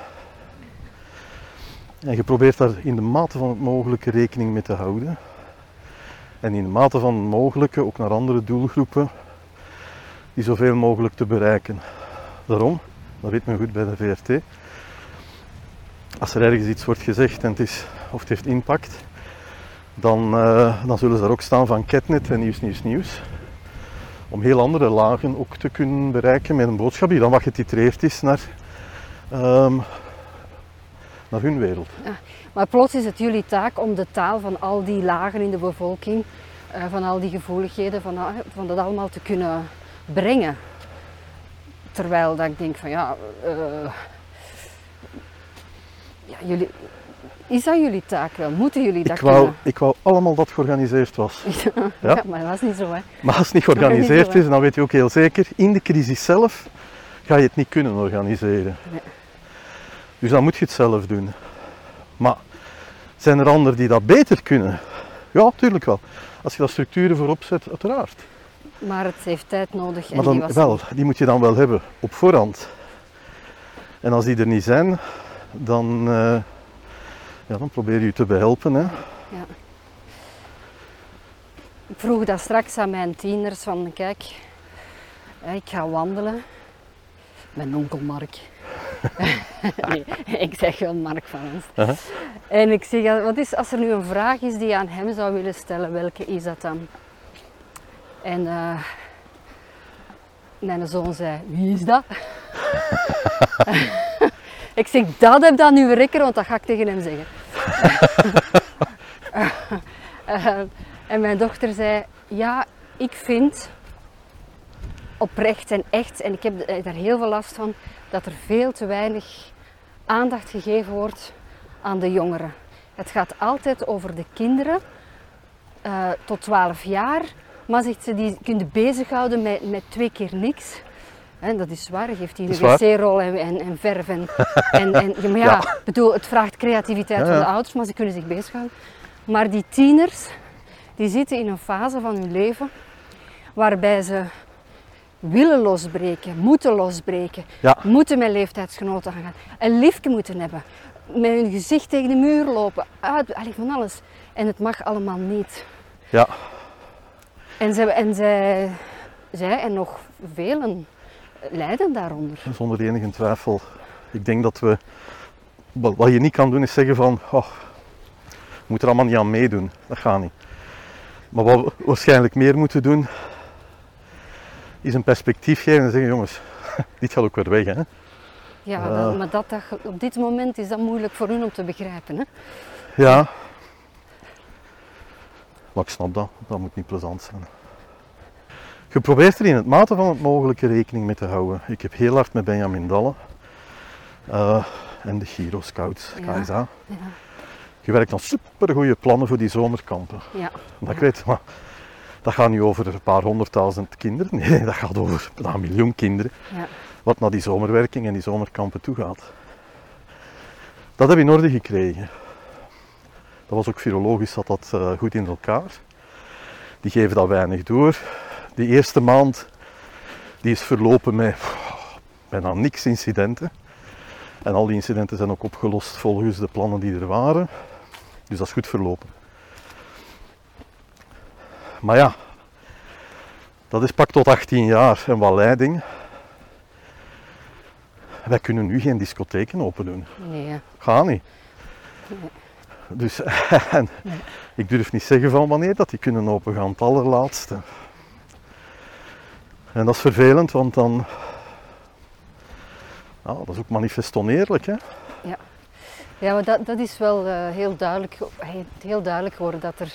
B: En je probeert daar in de mate van het mogelijke rekening mee te houden. En in de mate van het mogelijke ook naar andere doelgroepen die zoveel mogelijk te bereiken. Daarom, dat weet men goed bij de V R T, als er ergens iets wordt gezegd en het is, of het heeft impact, Dan, uh, dan zullen ze daar ook staan van Ketnet en Nieuws, Nieuws, Nieuws. Om heel andere lagen ook te kunnen bereiken met een boodschap die dan wat getitreerd is naar, um, naar hun wereld.
A: Ja, maar plots is het jullie taak om de taal van al die lagen in de bevolking, uh, van al die gevoeligheden, van, van dat allemaal te kunnen brengen. Terwijl dat ik denk van ja, uh, ja jullie... Is dat jullie taak wel? Moeten jullie dat
B: Ik wou,
A: kunnen?
B: ik wou allemaal dat het georganiseerd was.
A: Ja,
B: Ja?
A: maar dat was niet zo, hè.
B: Maar als het niet georganiseerd is, dan weet je ook heel zeker, in de crisis zelf ga je het niet kunnen organiseren.
A: Nee.
B: Dus dan moet je het zelf doen. Maar zijn er anderen die dat beter kunnen? Ja, tuurlijk wel. Als je daar structuren voor opzet, uiteraard.
A: Maar het heeft tijd nodig en
B: Maar
A: die
B: dan
A: was
B: wel,
A: niet.
B: die moet je dan wel hebben op voorhand. En als die er niet zijn, dan, uh, ja, dan probeer je je te behelpen. Hè.
A: Ja. Ik vroeg dat straks aan mijn tieners van kijk, ik ga wandelen. Mijn onkel Mark. Nee, ik zeg wel Mark van ons.
B: Uh-huh.
A: En ik zeg, wat is, als er nu een vraag is die je aan hem zou willen stellen, welke is dat dan? En uh, mijn zoon zei, wie is dat? Ik zeg, dat heb dan uw rekker, want dat ga ik tegen hem zeggen. uh, en mijn dochter zei, ja, ik vind oprecht en echt, en ik heb daar heel veel last van, dat er veel te weinig aandacht gegeven wordt aan de jongeren. Het gaat altijd over de kinderen uh, tot twaalf jaar, maar zegt ze, die kunnen bezighouden met, met twee keer niks. En dat is waar, je geeft die een wc-rol en, en, en verf. En, en, en, ja, maar ja, ja. Bedoel, het vraagt creativiteit ja, ja. van de ouders, maar ze kunnen zich bezighouden. Maar die tieners, die zitten in een fase van hun leven waarbij ze willen losbreken, moeten losbreken,
B: ja.
A: moeten met leeftijdsgenoten gaan, een liefje moeten hebben, met hun gezicht tegen de muur lopen, uit, allee, van alles. En het mag allemaal niet.
B: Ja.
A: En, ze, en zij, zij en nog velen lijden daaronder.
B: Zonder enige twijfel. Ik denk dat we, wat je niet kan doen is zeggen van, oh, we moeten er allemaal niet aan meedoen. Dat gaat niet. Maar wat we waarschijnlijk meer moeten doen, is een perspectief geven en zeggen, jongens, dit gaat ook weer weg, hè.
A: Ja, uh, dat, maar dat, dat, op dit moment is dat moeilijk voor hun om te begrijpen, hè.
B: Ja. Maar ik snap dat, dat moet niet plezant zijn. Je probeert er in het mate van het mogelijke rekening mee te houden. Ik heb heel hard met Benjamin Dalle uh, en de Giro Scouts, K S A. Ja. Ja. Je werkt aan supergoeie plannen voor die zomerkampen.
A: Ja.
B: Dat, ik weet, maar dat gaat niet over een paar honderdduizend kinderen, nee, dat gaat over een miljoen kinderen.
A: Ja.
B: Wat naar die zomerwerking en die zomerkampen toe gaat. Dat heb ik in orde gekregen. Dat was ook virologisch, zat dat uh, goed in elkaar. Die geven dat weinig door. Die eerste maand die is verlopen met pff, bijna niks incidenten. En al die incidenten zijn ook opgelost volgens de plannen die er waren. Dus dat is goed verlopen. Maar ja, dat is pak tot achttien jaar en wat leiding. Wij kunnen nu geen discotheken open doen.
A: Nee.
B: Gaat niet.
A: Nee.
B: Dus en nee. Ik durf niet zeggen van wanneer dat die kunnen open gaan, het allerlaatste. En dat is vervelend, want dan, nou, dat is ook manifest oneerlijk, hè?
A: Ja, ja maar dat, dat is wel uh, heel, duidelijk, heel duidelijk geworden dat er,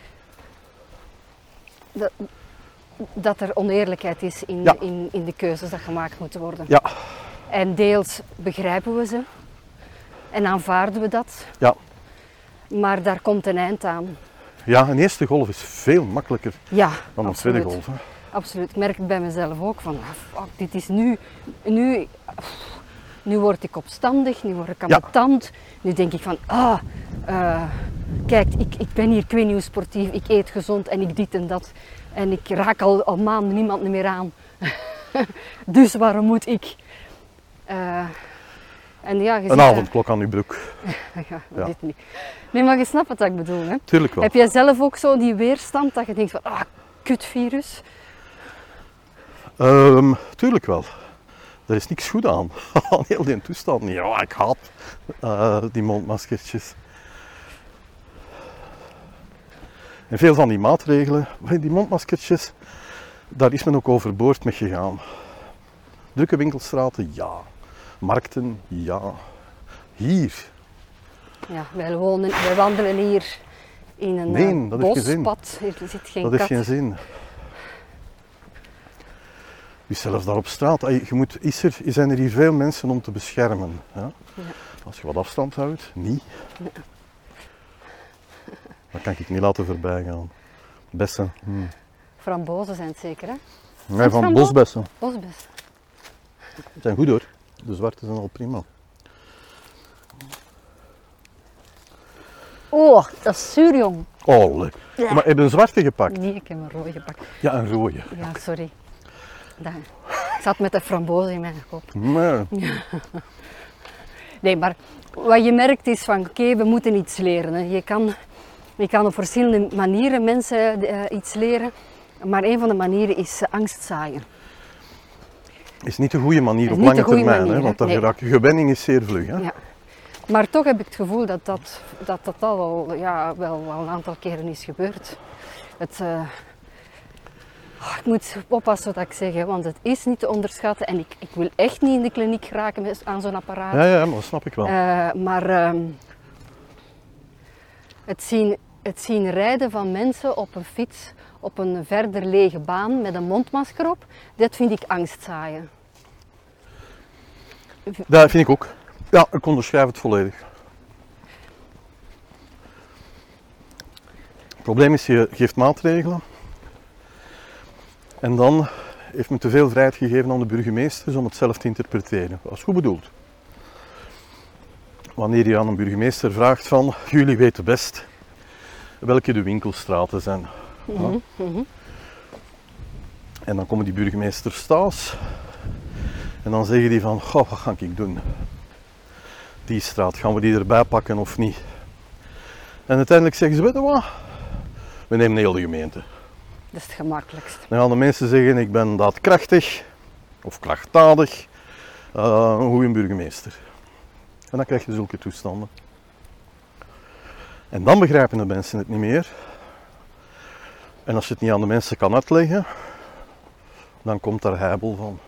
A: dat, dat er oneerlijkheid is in, ja. in, in de keuzes die gemaakt moeten worden.
B: Ja.
A: En deels begrijpen we ze en aanvaarden we dat,
B: ja.
A: Maar daar komt een eind aan.
B: Ja, een eerste golf is veel makkelijker
A: ja,
B: dan een
A: absoluut.
B: tweede golf. Hè?
A: Absoluut, ik merk het bij mezelf ook van, fuck, dit is nu, nu, nu word ik opstandig, nu word ik ambetant. Ja. Nu denk ik van, ah, uh, kijk, ik, ik ben hier, ik weet niet hoe sportief, ik eet gezond en ik dit en dat. En ik raak al, al maanden niemand meer aan. Dus waarom moet ik? Uh, en ja, je
B: een avondklok aan uw broek.
A: ja, ja. Dit niet. Nee, maar je snapt wat ik bedoel, hè?
B: Tuurlijk wel.
A: Heb jij zelf ook zo die weerstand dat je denkt van, ah, kut virus?
B: Um, tuurlijk wel. Er is niks goed aan. Aan heel die toestand. Ja, ik haat uh, die mondmaskertjes. En veel van die maatregelen, die mondmaskertjes, daar is men ook overboord mee gegaan. Drukke winkelstraten, ja. Markten, ja. Hier.
A: Ja, wij, wonen, wij wandelen hier in een
B: nee, dat
A: bospad. Er zit geen
B: dat
A: kat.
B: heeft geen zin. Dus zelfs daar op straat, je moet, is er, zijn er hier veel mensen om te beschermen. Ja? Ja. Als je wat afstand houdt, niet. Dat kan ik niet laten voorbij gaan. Bessen. Hmm.
A: Frambozen zijn het zeker, hè?
B: Nee, van
A: frambo-
B: bosbessen.
A: Bosbessen.
B: Die zijn goed hoor. De zwarte zijn al prima.
A: Oh, dat is zuur, jong.
B: Oh, leuk. Ja, maar heb je een zwarte gepakt?
A: Nee, ik heb een rode gepakt.
B: Ja, een rode.
A: Ja, sorry. Dat. Ik zat met de frambozen in mijn kop.
B: Nee.
A: Nee, maar wat je merkt is van, oké, okay, we moeten iets leren. Hè. Je kan, je kan op verschillende manieren mensen uh, iets leren. Maar een van de manieren is uh, angst zaaien.
B: Is niet de goede manier op
A: niet
B: lange
A: de goede
B: termijn,
A: manier,
B: hè, want
A: hè?
B: dan
A: Nee.
B: raak je gewenning is zeer vlug. Hè?
A: Ja. Maar toch heb ik het gevoel dat dat, dat, dat al wel, ja, wel, wel een aantal keren is gebeurd. Het, uh, oh, ik moet oppassen wat ik zeg, hè, want het is niet te onderschatten. En ik, ik wil echt niet in de kliniek geraken met, aan zo'n apparaat.
B: Ja, ja, maar dat snap ik wel.
A: Uh, maar uh, het, zien, het zien rijden van mensen op een fiets op een verder lege baan met een mondmasker op, dat vind ik angstzaaien.
B: Dat vind ik ook. Ja, ik onderschrijf het volledig. Het probleem is, je geeft maatregelen en dan heeft men te veel vrijheid gegeven aan de burgemeesters om het zelf te interpreteren. Dat is goed bedoeld. Wanneer je aan een burgemeester vraagt van, jullie weten best welke de winkelstraten zijn.
A: Mm-hmm,
B: ja.
A: mm-hmm.
B: En dan komen die burgemeesters thuis en dan zeggen die van, goh, wat ga ik doen? Die straat, gaan we die erbij pakken of niet? En uiteindelijk zeggen ze, weet je wat? We nemen heel de gemeente.
A: Dat is het gemakkelijkst.
B: Dan gaan de mensen zeggen, ik ben daadkrachtig of krachtdadig, uh, een goede burgemeester. En dan krijg je zulke toestanden. En dan begrijpen de mensen het niet meer. En als je het niet aan de mensen kan uitleggen, dan komt daar heibel van.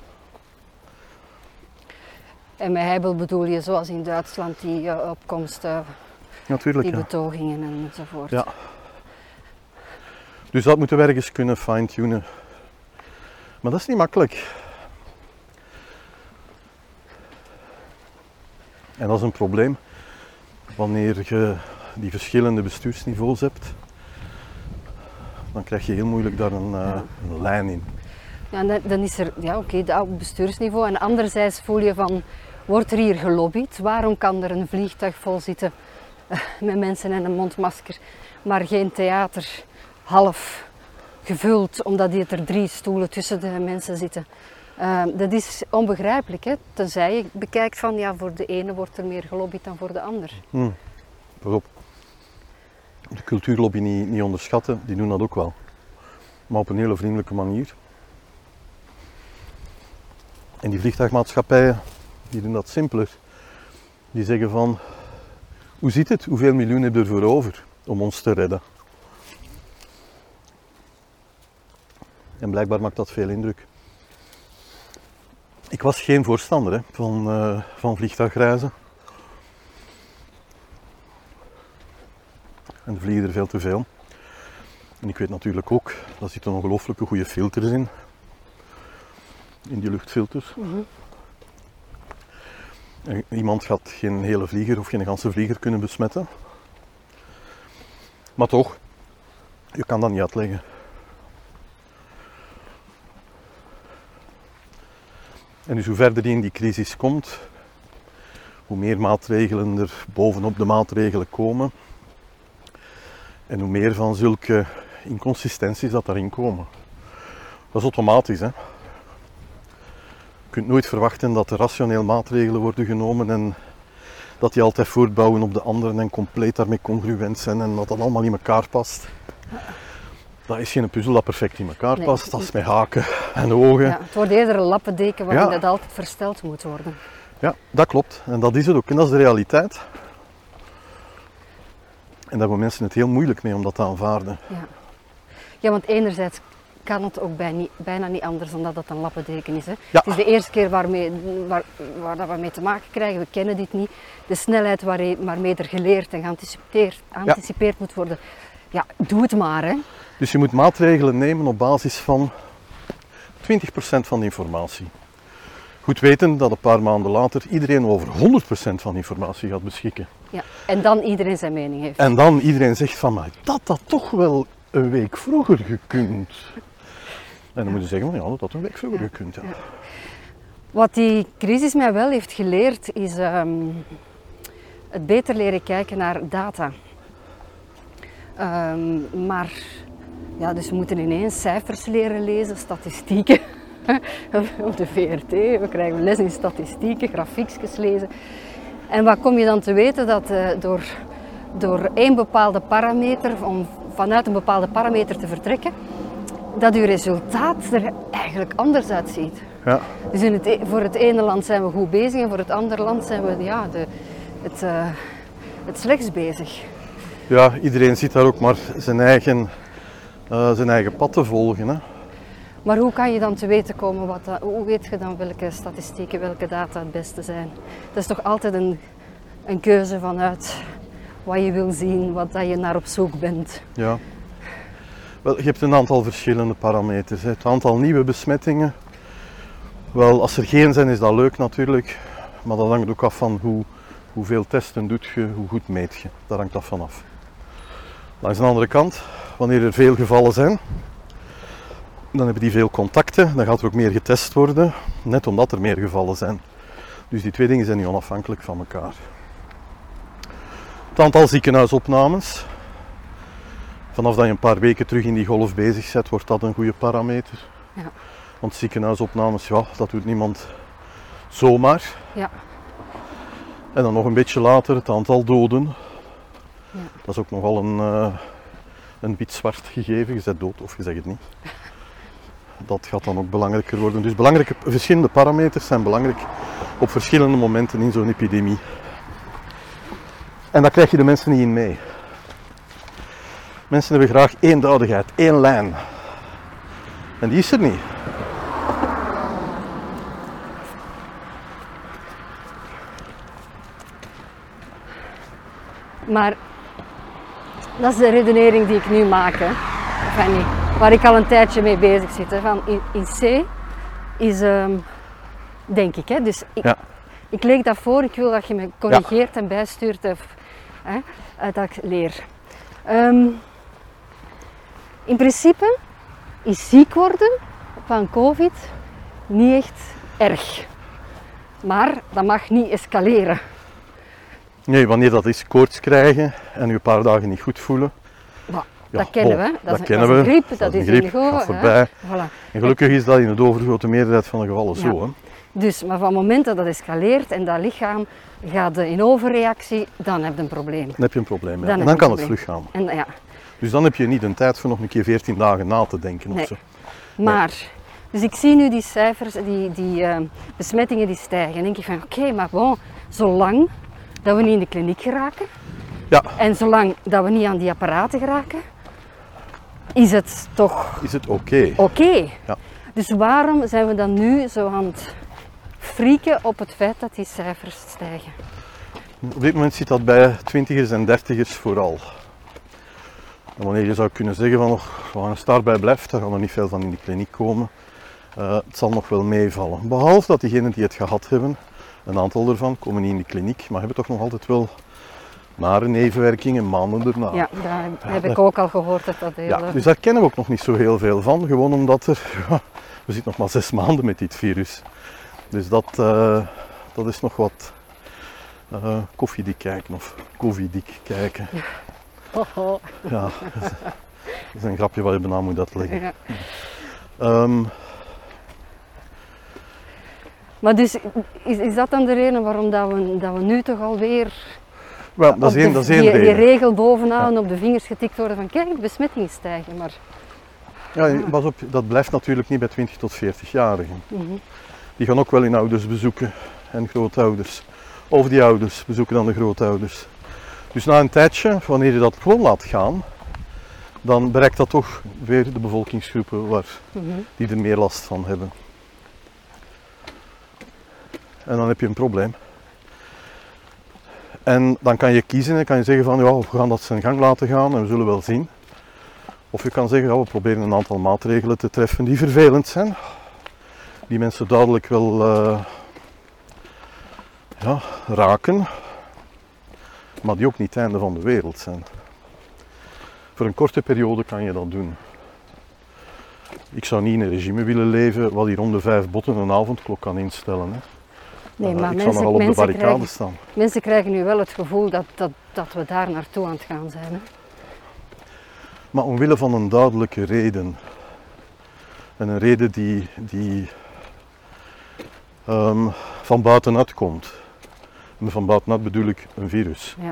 A: En met heibel bedoel je zoals in Duitsland die uh, opkomsten,
B: Natuurlijk,
A: die
B: ja.
A: betogingen enzovoort.
B: Ja. Dus dat moeten we ergens kunnen fine-tunen. Maar dat is niet makkelijk. En dat is een probleem wanneer je die verschillende bestuursniveaus hebt. Dan krijg je heel moeilijk daar een, uh, een lijn in.
A: Ja, dan, dan is er, ja oké, okay, op bestuursniveau. En anderzijds voel je van, wordt er hier gelobbyd? Waarom kan er een vliegtuig vol zitten uh, met mensen en een mondmasker, maar geen theater half gevuld, omdat er drie stoelen tussen de mensen zitten? Uh, dat is onbegrijpelijk, hè? Tenzij je bekijkt van, ja, voor de ene wordt er meer gelobbyd dan voor de ander.
B: Hmm. Pas op. De cultuurlobby niet, niet onderschatten, die doen dat ook wel. Maar op een hele vriendelijke manier. En die vliegtuigmaatschappijen, die doen dat simpeler. Die zeggen van, hoe zit het? Hoeveel miljoen heb je ervoor over om ons te redden? En blijkbaar maakt dat veel indruk. Ik was geen voorstander hè, van, uh, van vliegtuigreizen. En er vliegen er veel te veel. En ik weet natuurlijk ook, daar zitten ongelooflijke goede filters in. In die luchtfilters.
A: Mm-hmm.
B: En iemand gaat geen hele vlieger of geen ganse vlieger kunnen besmetten. Maar toch, je kan dat niet uitleggen. En dus hoe verder die in die crisis komt, hoe meer maatregelen er bovenop de maatregelen komen. En hoe meer van zulke inconsistenties dat daarin komen. Dat is automatisch, hè. Je kunt nooit verwachten dat er rationeel maatregelen worden genomen en dat die altijd voortbouwen op de anderen en compleet daarmee congruent zijn en dat dat allemaal in elkaar past. Dat is geen puzzel dat perfect in elkaar
A: Nee,
B: past, dat is met haken en ogen.
A: Ja, het wordt eerder een lappendeken waarin
B: Ja.
A: dat altijd versteld moet worden.
B: Ja, dat klopt. En dat is het ook. En dat is de realiteit. En daar hebben mensen het heel moeilijk mee om dat te aanvaarden.
A: Ja, ja, want enerzijds kan het ook bij niet, bijna niet anders dan dat het een lappendeken is. Hè.
B: Ja.
A: Het is de eerste keer waarmee, waar, waar dat we mee te maken krijgen, we kennen dit niet. De snelheid waarmee, waarmee er geleerd en geanticipeerd geanticipeerd ja. moet worden. Ja, doe het maar. Hè.
B: Dus je moet maatregelen nemen op basis van twintig procent van de informatie. Goed weten dat een paar maanden later iedereen over honderd procent van informatie gaat beschikken.
A: Ja. En dan iedereen zijn mening heeft.
B: En dan iedereen zegt van, maar dat had toch wel een week vroeger gekund. En dan moet je zeggen, van, ja, dat had een week vroeger gekund. Ja.
A: Wat die crisis mij wel heeft geleerd, is um, het beter leren kijken naar data. Um, maar, ja, dus we moeten ineens cijfers leren lezen, statistieken. Op de V R T, we krijgen les in statistieken, grafiekjes lezen. En wat kom je dan te weten? Dat uh, door, door één bepaalde parameter, om vanuit een bepaalde parameter te vertrekken, dat uw resultaat er eigenlijk anders uitziet.
B: Ja.
A: Dus in het, voor het ene land zijn we goed bezig en voor het andere land zijn we ja, de, het, uh, het slechts bezig.
B: Ja, iedereen ziet daar ook maar zijn eigen, uh, zijn eigen pad te volgen. Hè.
A: Maar hoe kan je dan te weten komen, wat dat, hoe weet je dan welke statistieken, welke data het beste zijn? Dat is toch altijd een, een keuze vanuit wat je wil zien, wat dat je naar op zoek bent.
B: Ja. Wel, je hebt een aantal verschillende parameters. Hè. Het aantal nieuwe besmettingen. Wel, als er geen zijn is dat leuk natuurlijk, maar dat hangt ook af van hoe, hoeveel testen doet je, hoe goed meet je. Daar hangt dat van af. Langs de andere kant, wanneer er veel gevallen zijn, dan hebben die veel contacten, dan gaat er ook meer getest worden, net omdat er meer gevallen zijn. Dus die twee dingen zijn niet onafhankelijk van elkaar. Het aantal ziekenhuisopnames, vanaf dat je een paar weken terug in die golf bezig bent, wordt dat een goede parameter.
A: Ja.
B: Want ziekenhuisopnames, ja, dat doet niemand zomaar.
A: Ja.
B: En dan nog een beetje later het aantal doden.
A: Ja.
B: Dat is ook nogal een, uh, een wit-zwart gegeven, je zegt dood of je zegt het niet. Dat gaat dan ook belangrijker worden. Dus belangrijke, verschillende parameters zijn belangrijk op verschillende momenten in zo'n epidemie. En daar krijg je de mensen niet in mee. Mensen hebben graag eenduidigheid, één lijn. En die is er niet.
A: Maar dat is de redenering die ik nu maak, hè. Enfin, niet, waar ik al een tijdje mee bezig zit. Hè. Van in, in C is, um, denk ik, hè. Dus ik,
B: ja.
A: ik leek dat voor, ik wil dat je me corrigeert ja. en bijstuurt of, hè, dat ik leer. Um, in principe is ziek worden van COVID niet echt erg. Maar dat mag niet escaleren.
B: Nee, wanneer dat is koorts krijgen en je een paar dagen niet goed voelen.
A: Bah,
B: ja,
A: dat kennen
B: bon,
A: we. Dat,
B: dat
A: is,
B: kennen
A: dat is een
B: we.
A: griep,
B: dat,
A: dat
B: is
A: is
B: een griep,
A: indigo.
B: gaat voorbij.
A: Voilà.
B: En gelukkig is dat in de overgrote meerderheid van de gevallen ja. zo. Hè.
A: Dus, maar van het moment dat dat escaleert en dat lichaam gaat in overreactie, dan heb je een probleem. Dan
B: heb je een probleem, ja.
A: Dan
B: en dan kan
A: probleem.
B: het vlug gaan.
A: En, ja.
B: Dus dan heb je niet de tijd voor nog een keer veertien dagen na te denken
A: nee.
B: of zo.
A: Maar,
B: nee.
A: dus ik zie nu die cijfers, die, die uh, besmettingen die stijgen. En denk ik van, oké, okay, maar bon, zolang dat we niet in de kliniek geraken,
B: ja.
A: en zolang dat we niet aan die apparaten geraken, is het toch
B: is het oké. Okay.
A: Oké. Okay.
B: Ja.
A: Dus waarom zijn we dan nu zo aan het frieken op het feit dat die cijfers stijgen?
B: Op dit moment zit dat bij twintigers en dertigers vooral. En wanneer je zou kunnen zeggen van, oh, als je daarbij blijft, dan gaan er niet veel van in de kliniek komen. Uh, het zal nog wel meevallen. Behalve dat diegenen die het gehad hebben, een aantal ervan komen niet in de kliniek, maar hebben toch nog altijd wel nare nevenwerkingen maanden erna.
A: Ja, daar heb ja, ik ook al gehoord dat dat heel...
B: Ja, dus daar kennen we ook nog niet zo heel veel van, gewoon omdat er, ja, we zitten nog maar zes maanden met dit virus. Dus dat, uh, dat is nog wat uh, koffiedik kijken of koffiedik kijken.
A: Ja. Oh, oh.
B: Ja, dat is, dat is een grapje waar je bijna moet uitleggen.
A: Ja.
B: Um,
A: maar dus, is, is dat dan de reden waarom dat we, dat we nu toch alweer
B: well, dat is één, dat is één
A: die,
B: reden.
A: die regel bovenaan ja. op de vingers getikt worden van kijk, de besmetting stijgen. Maar...
B: Ja, pas op, dat blijft natuurlijk niet bij twintig tot veertig-jarigen.
A: Mm-hmm.
B: Die gaan ook wel hun ouders bezoeken en grootouders. Of die ouders bezoeken dan de grootouders. Dus na een tijdje, wanneer je dat gewoon laat gaan, dan bereikt dat toch weer de bevolkingsgroepen waar,
A: mm-hmm. die
B: er meer last van hebben. En dan heb je een probleem. En dan kan je kiezen en kan je zeggen van ja, we gaan dat zijn gang laten gaan en we zullen wel zien. Of je kan zeggen ja, we proberen een aantal maatregelen te treffen die vervelend zijn. die mensen duidelijk wel uh, ja, raken, maar die ook niet het einde van de wereld zijn. Voor een korte periode kan je dat doen. Ik zou niet in een regime willen leven wat hier om de vijf botten een avondklok kan instellen. Hè.
A: Nee, maar
B: uh, ik
A: mensen,
B: zou nogal op de barricade
A: krijgen,
B: staan.
A: Mensen krijgen nu wel het gevoel dat, dat, dat we daar naartoe aan het gaan zijn. Hè?
B: Maar omwille van een duidelijke reden. En een reden die, die um, van buitenuit komt. En van buitenuit bedoel ik een virus.
A: Ja.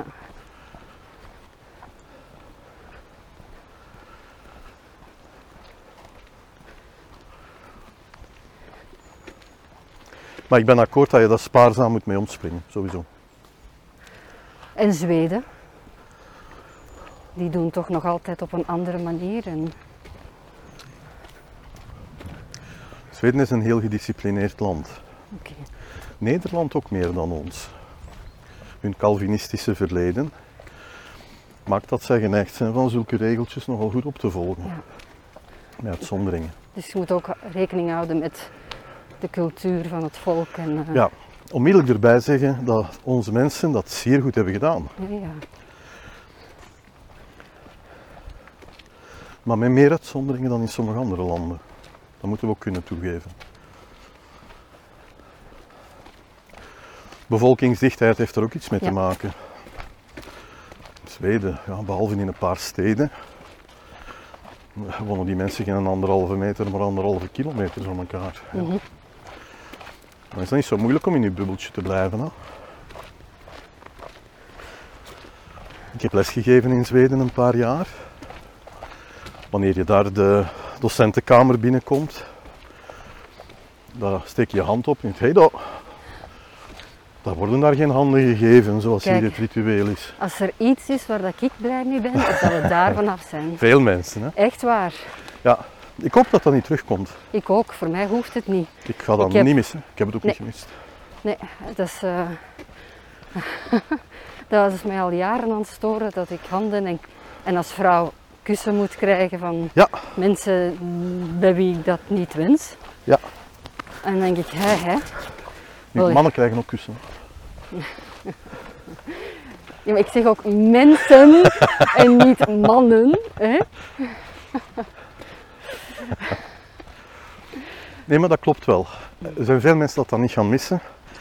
B: Maar ik ben akkoord dat je daar spaarzaam moet mee omspringen, sowieso.
A: En Zweden, die doen toch nog altijd op een andere manier. En...
B: Zweden is een heel gedisciplineerd land.
A: Okay.
B: Nederland ook meer dan ons. Hun Calvinistische verleden maakt dat zij geneigd zijn van zulke regeltjes nogal goed op te volgen.
A: Ja.
B: Met uitzonderingen.
A: Dus je moet ook rekening houden met de cultuur van het volk. En, uh...
B: Ja, onmiddellijk erbij zeggen dat onze mensen dat zeer goed hebben gedaan.
A: Ja, ja.
B: Maar met meer uitzonderingen dan in sommige andere landen. Dat moeten we ook kunnen toegeven. Bevolkingsdichtheid heeft er ook iets mee
A: Ja.
B: te maken. Zweden, ja, behalve in een paar steden, wonen die mensen geen anderhalve meter, maar anderhalve kilometer van elkaar. Ja.
A: Mm-hmm.
B: Dan is dat niet zo moeilijk om in je bubbeltje te blijven. Hè? Ik heb lesgegeven in Zweden een paar jaar. Wanneer je daar de docentenkamer binnenkomt, daar steek je je hand op en je denkt, hey, dat, dat worden daar geen handen gegeven zoals
A: Kijk,
B: hier het ritueel is.
A: Als er iets is waar dat ik blij mee ben, is dat we daar vanaf zijn.
B: Veel mensen, hè?
A: Echt waar.
B: Ja, ik hoop dat dat niet terugkomt.
A: Ik ook, voor mij hoeft het niet.
B: Ik ga dat
A: Ik heb-
B: niet missen. Ik heb het ook
A: Nee.
B: niet gemist.
A: Nee, dat is, uh... dat is mij al jaren aan het storen dat ik handen en, en als vrouw kussen moet krijgen van
B: Ja.
A: mensen bij wie ik dat niet wens.
B: Ja.
A: En dan denk ik, hè, hè.
B: Nu,
A: Wel,
B: mannen krijgen ook kussen.
A: Ja, maar ik zeg ook mensen en niet mannen. Hè?
B: Nee, maar dat klopt wel. Er zijn veel mensen dat dat niet gaan missen.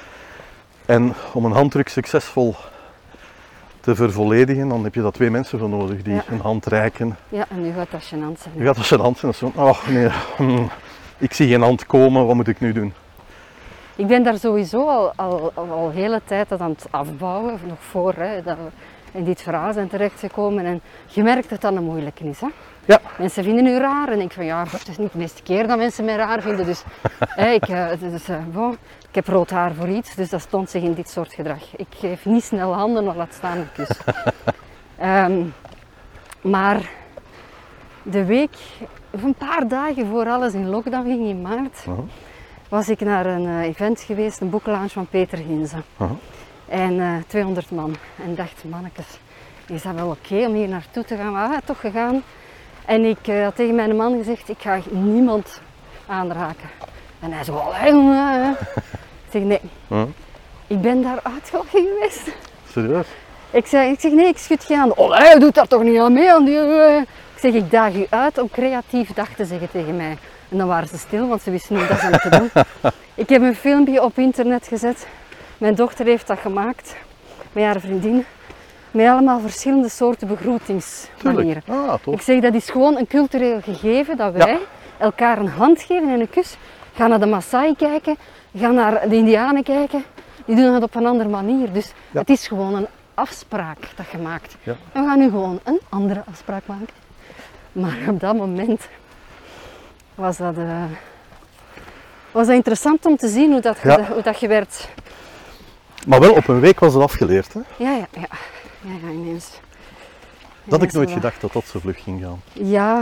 B: En om een handdruk succesvol te vervolledigen, dan heb je daar twee mensen voor nodig die
A: Ja.
B: een hand reiken.
A: Ja, en nu gaat dat gênant zijn.
B: Je gaat als je een hand zijn, dat is zo, oh nee, hm, ik zie geen hand komen, wat moet ik nu doen?
A: Ik ben daar sowieso al, al, al, al de hele tijd aan het afbouwen, nog voor hè, dat we in dit verhaal zijn terechtgekomen. En je merkt dat dat een moeilijke is. Hè?
B: Ja.
A: Mensen vinden u raar en ik van ja, het is niet de eerste keer dat mensen mij raar vinden. Dus, hè, ik, uh, dus uh, bon, ik heb rood haar voor iets, dus dat stond zich in dit soort gedrag. Ik geef niet snel handen, maar laat staan een kus. um, maar de week, of een paar dagen voor alles in lockdown ging in maart,
B: Uh-huh.
A: was ik naar een uh, event geweest, een boekenlaunch van Peter Ginze.
B: Uh-huh.
A: En uh, tweehonderd man. En dacht, mannetjes, is dat wel oké om hier naartoe te gaan? Maar ah, toch gegaan. En ik uh, had tegen mijn man gezegd, ik ga niemand aanraken. En hij zei, allee jongen. Ik zeg, nee,
B: Uh-huh.
A: ik ben daar uitgelachen geweest.
B: Serieus?
A: Ik zeg, ik zeg, nee, ik schud geen handen. Oh, hij doet daar toch niet aan mee. Aan die, uh. Ik zeg, ik daag u uit om creatief dag te zeggen tegen mij. En dan waren ze stil, want ze wisten niet dat ze moeten doen. Ik heb een filmpje op internet gezet. Mijn dochter heeft dat gemaakt, met haar vriendin. Met allemaal verschillende soorten begroetingsmanieren.
B: Tuurlijk. Ah, tof.
A: Ik zeg, dat is gewoon een cultureel gegeven, dat wij
B: Ja.
A: elkaar een hand geven en een kus. Ga naar de Maasai kijken, ga naar de Indianen kijken. Die doen dat op een andere manier. Dus
B: Ja.
A: het is gewoon een afspraak dat je maakt.
B: Ja.
A: En we gaan nu gewoon een andere afspraak maken. Maar op dat moment was dat, uh, was dat interessant om te zien hoe dat,
B: Ja.
A: ge, hoe dat je werd.
B: Maar wel op een week was het afgeleerd, hè?
A: Ja, ja, ja. Ja, ja, ineens.
B: Dat had ik
A: Ineens
B: nooit
A: wel.
B: gedacht dat dat zo vlug ging gaan.
A: Ja.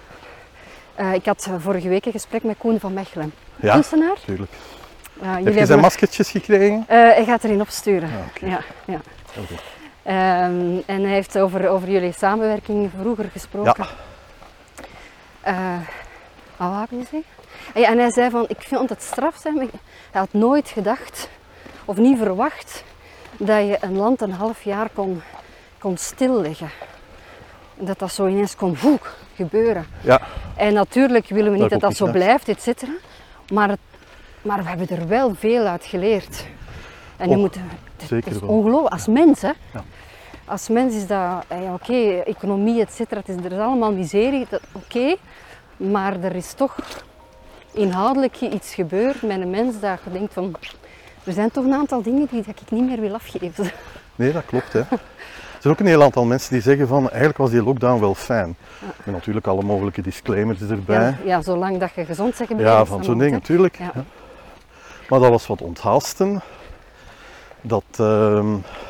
A: Uh, ik had vorige week een gesprek met Koen van Mechelen.
B: Ja,
A: Kunstenaar.
B: tuurlijk.
A: Uh,
B: Heb
A: jullie
B: je zijn
A: hebben-
B: maskertjes gekregen?
A: Uh, hij gaat erin opsturen.
B: Ah, oké.
A: Ja, ja.
B: Oké.
A: Um, en hij heeft over, over jullie samenwerking vroeger gesproken.
B: Ja.
A: Uh, Ah, wat heb je gezegd? Ja, en hij zei van, ik vond het straf zijn, maar hij had nooit gedacht of niet verwacht dat je een land een half jaar kon, kon stilleggen. Dat dat zo ineens kon voek, gebeuren.
B: Ja.
A: En natuurlijk willen we niet
B: Dat
A: dat
B: ik
A: dat
B: ook
A: zo
B: niet
A: blijft, et cetera. Maar, het, maar we hebben er wel veel uit geleerd. En je
B: Oh,
A: moet, het,
B: zeker
A: het is
B: wel.
A: ongelooflijk, als mens hè.
B: Ja.
A: Als mens is dat, ja, oké, okay, economie, et cetera, het is, er is allemaal miserie, oké. Okay, maar er is toch inhoudelijk iets gebeurd met een mens dat je denkt van, er zijn toch een aantal dingen die dat ik niet meer wil afgeven.
B: Nee, dat klopt. Hè. Er zijn ook een heel aantal mensen die zeggen van, eigenlijk was die lockdown wel fijn. Ja. Met natuurlijk alle mogelijke disclaimers erbij.
A: Ja, ja, zolang dat je gezond bent.
B: Ja, van zo'n ding natuurlijk.
A: Ja.
B: Ja. Maar dat was wat onthaasten. Dat, uh,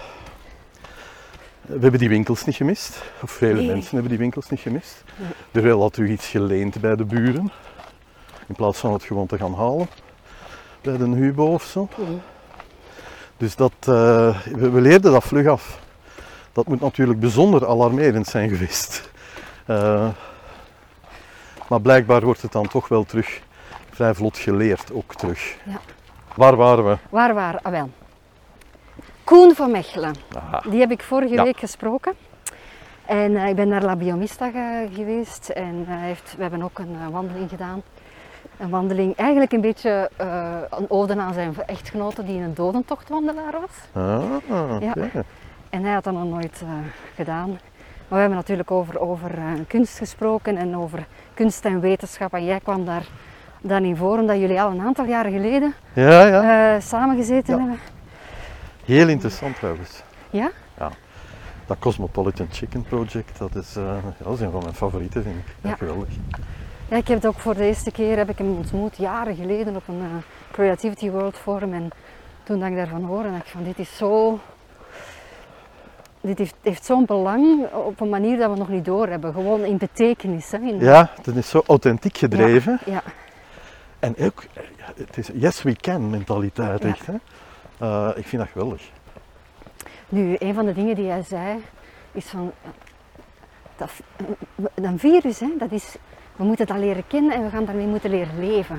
B: we hebben die winkels niet gemist. Of vele
A: nee.
B: mensen hebben die winkels niet gemist.
A: Nee.
B: Er werd al terug iets geleend bij de buren. In plaats van het gewoon te gaan halen. Bij de Hubo of zo.
A: Nee.
B: Dus dat, uh, we, we leerden dat vlug af. Dat moet natuurlijk bijzonder alarmerend zijn geweest. Uh, maar blijkbaar wordt het dan toch wel terug vrij vlot geleerd, ook terug.
A: Ja.
B: Waar waren we?
A: Waar waren we? Ah, wel. Koen van Mechelen.
B: Aha.
A: Die heb ik vorige
B: Ja.
A: week gesproken. En uh, ik ben naar La Biomista uh, geweest. En uh, heeft, we hebben ook een uh, wandeling gedaan. Een wandeling, eigenlijk een beetje uh, een ode aan zijn echtgenote die een dodentochtwandelaar was.
B: Ah,
A: Ja.
B: okay.
A: En hij had dat nog nooit uh, gedaan. Maar we hebben natuurlijk over, over uh, kunst gesproken en over kunst en wetenschap. En jij kwam daar dan in voor, omdat jullie al een aantal jaren geleden
B: Ja, ja.
A: uh, samengezeten
B: Ja.
A: hebben.
B: Heel interessant trouwens.
A: Ja?
B: Ja. Dat Cosmopolitan Chicken Project, dat is, uh, ja, dat is een van mijn favorieten, vind ik. Ja,
A: Ja.
B: geweldig.
A: Ja, ik heb het ook voor de eerste keer heb ik hem ontmoet, jaren geleden op een uh, Creativity World Forum. En toen dat ik daarvan hoorde, dacht ik van dit is zo... Dit heeft, heeft zo'n belang op een manier dat we nog niet doorhebben. Gewoon in betekenis. Hè, in...
B: Ja, dat is zo authentiek gedreven.
A: Ja, ja.
B: En ook, het is yes we can mentaliteit,
A: Ja.
B: echt. Hè? Uh, ik vind dat geweldig.
A: Nu, een van de dingen die hij zei, is van... Dat, een virus, hè, dat is... We moeten dat leren kennen en we gaan daarmee moeten leren leven.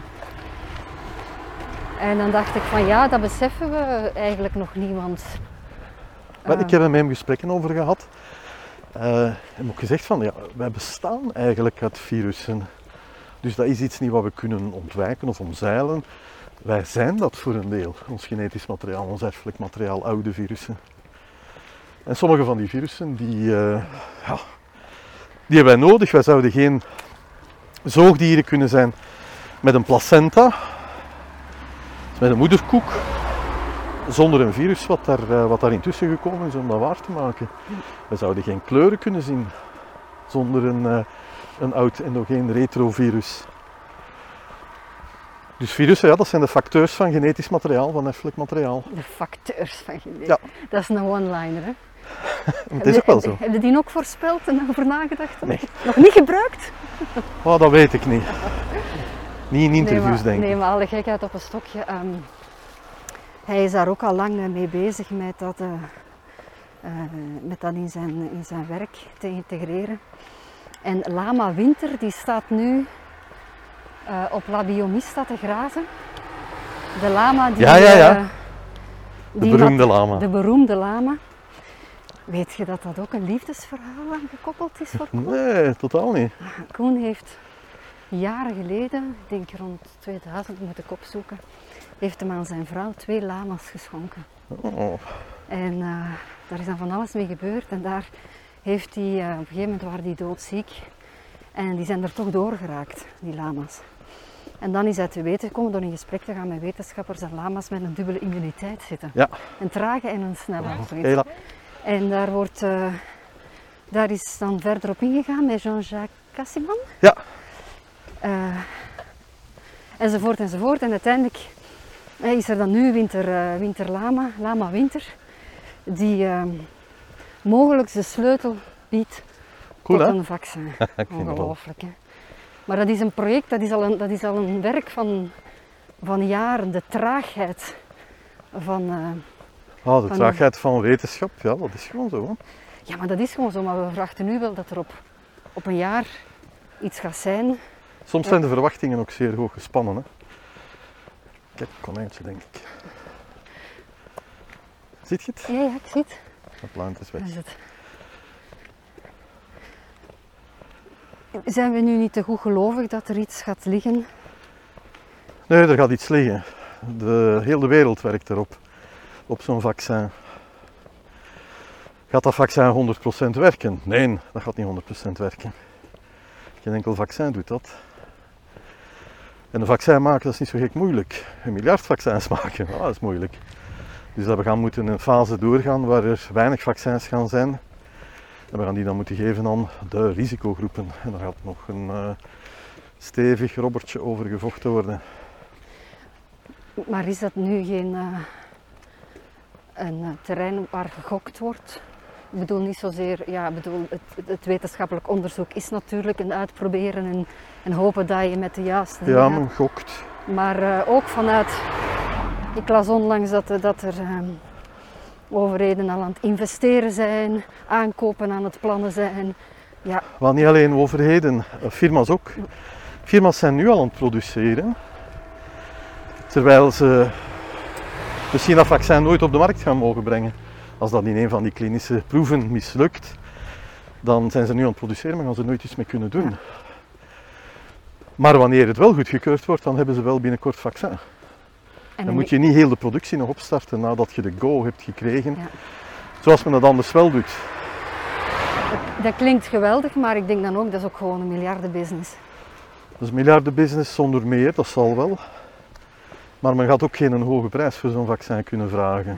A: En dan dacht ik van ja, dat beseffen we eigenlijk nog niet, want...
B: Maar ik heb er met hem gesprekken over gehad. Uh, en hem ook gezegd van, ja, wij bestaan eigenlijk uit virussen. Dus dat is iets niet wat we kunnen ontwijken of omzeilen. Wij zijn dat voor een deel. Ons genetisch materiaal, ons erfelijk materiaal, oude virussen. En sommige van die virussen, die, uh, ja, die hebben wij nodig. Wij zouden geen zoogdieren kunnen zijn met een placenta, met een moederkoek, zonder een virus wat daar, uh, wat daar intussen gekomen is om dat waar te maken. We zouden geen kleuren kunnen zien zonder een, uh, een oud endogeen retrovirus. Dus virussen, ja, dat zijn de facteurs van genetisch materiaal, van erfelijk materiaal.
A: De facteurs van genetisch.
B: Ja.
A: Dat is een one-liner, hè?
B: Het is ook wel zo.
A: Heb je die ook voorspeld en over nagedacht?
B: Nee.
A: Nog niet gebruikt?
B: Oh, dat weet ik niet. Niet in interviews,
A: nee, maar,
B: denk ik.
A: Nee, maar alle gekheid op een stokje. Um, hij is daar ook al lang mee bezig met dat, uh, uh, met dat in, zijn, in zijn werk te integreren. En Lama Winter die staat nu uh, op La Biomista te grazen. De lama die...
B: Ja, ja, ja.
A: Uh,
B: De
A: die
B: beroemde
A: mat,
B: lama.
A: De beroemde lama. Weet je dat dat ook een liefdesverhaal aan gekoppeld is voor Koen?
B: Nee, totaal niet.
A: Koen heeft jaren geleden, ik denk rond tweeduizend, moet ik opzoeken, heeft hem aan zijn vrouw twee lama's geschonken.
B: Oh.
A: En uh, daar is dan van alles mee gebeurd en daar heeft hij, uh, op een gegeven moment waren die doodziek en die zijn er toch doorgeraakt, die lama's. En dan is hij te weten gekomen door in gesprek te gaan met wetenschappers dat lama's met een dubbele immuniteit zitten.
B: Ja.
A: Een trage en een snelle.
B: Oh. Hela.
A: En daar, wordt, uh, daar is dan verder op ingegaan met Jean-Jacques Cassiman.
B: Ja.
A: Uh, enzovoort enzovoort. En uiteindelijk uh, is er dan nu winter, uh, winter lama, lama winter, die uh, mogelijk de sleutel biedt
B: Cool,
A: tot
B: hè?
A: een vaccin.
B: Ik vind het wel.
A: Ongelooflijk, hè. Maar dat is een project, dat is al een, dat is al een werk van, van jaren. De traagheid van... Uh,
B: Oh, de
A: van
B: traagheid van wetenschap, ja, dat is gewoon zo. Hè?
A: Ja, maar dat is gewoon zo. Maar we verwachten nu wel dat er op, op een jaar iets gaat zijn
B: Soms zijn de verwachtingen ook zeer hoog gespannen. Hè. Kijk, een konijntje denk ik. Ziet je het?
A: Ja, ja, ik zie het.
B: Dat plant is weg.
A: Dat is het. Zijn we nu niet te goed gelovig dat er iets gaat liggen?
B: Nee, er gaat iets liggen. De hele wereld werkt erop. Op zo'n vaccin. Gaat dat vaccin honderd procent werken? Nee, dat gaat niet honderd procent werken. Geen enkel vaccin doet dat. En een vaccin maken, dat is niet zo gek moeilijk. Een miljard vaccins maken, ah, dat is moeilijk. Dus dat we gaan moeten een fase doorgaan waar er weinig vaccins gaan zijn. En we gaan die dan moeten geven aan de risicogroepen. En daar gaat nog een uh, stevig robbertje over gevochten worden.
A: Maar is dat nu geen uh, een uh, terrein waar gegokt wordt? Ik bedoel niet zozeer, ja, ik bedoel, het, het wetenschappelijk onderzoek is natuurlijk een uitproberen en, en hopen dat je met de juiste
B: Ja, men gokt.
A: Maar uh, ook vanuit, ik las onlangs dat, dat er um, overheden al aan het investeren zijn, aankopen aan het plannen zijn. Ja.
B: Wel niet alleen overheden, firma's ook. Firma's zijn nu al aan het produceren. Terwijl ze misschien dat vaccin nooit op de markt gaan mogen brengen. Als dat in een van die klinische proeven mislukt, dan zijn ze nu aan het produceren, maar gaan ze nooit iets mee kunnen doen. Ja. Maar wanneer het wel goedgekeurd wordt, dan hebben ze wel binnenkort vaccin. En dan, dan moet je niet heel de productie nog opstarten nadat je de go hebt gekregen, ja. Zoals men dat anders wel doet.
A: Dat, dat klinkt geweldig, maar ik denk dan ook, dat is ook gewoon een miljardenbusiness.
B: Dat is een miljardenbusiness zonder meer, dat zal wel. Maar men gaat ook geen hoge prijs voor zo'n vaccin kunnen vragen.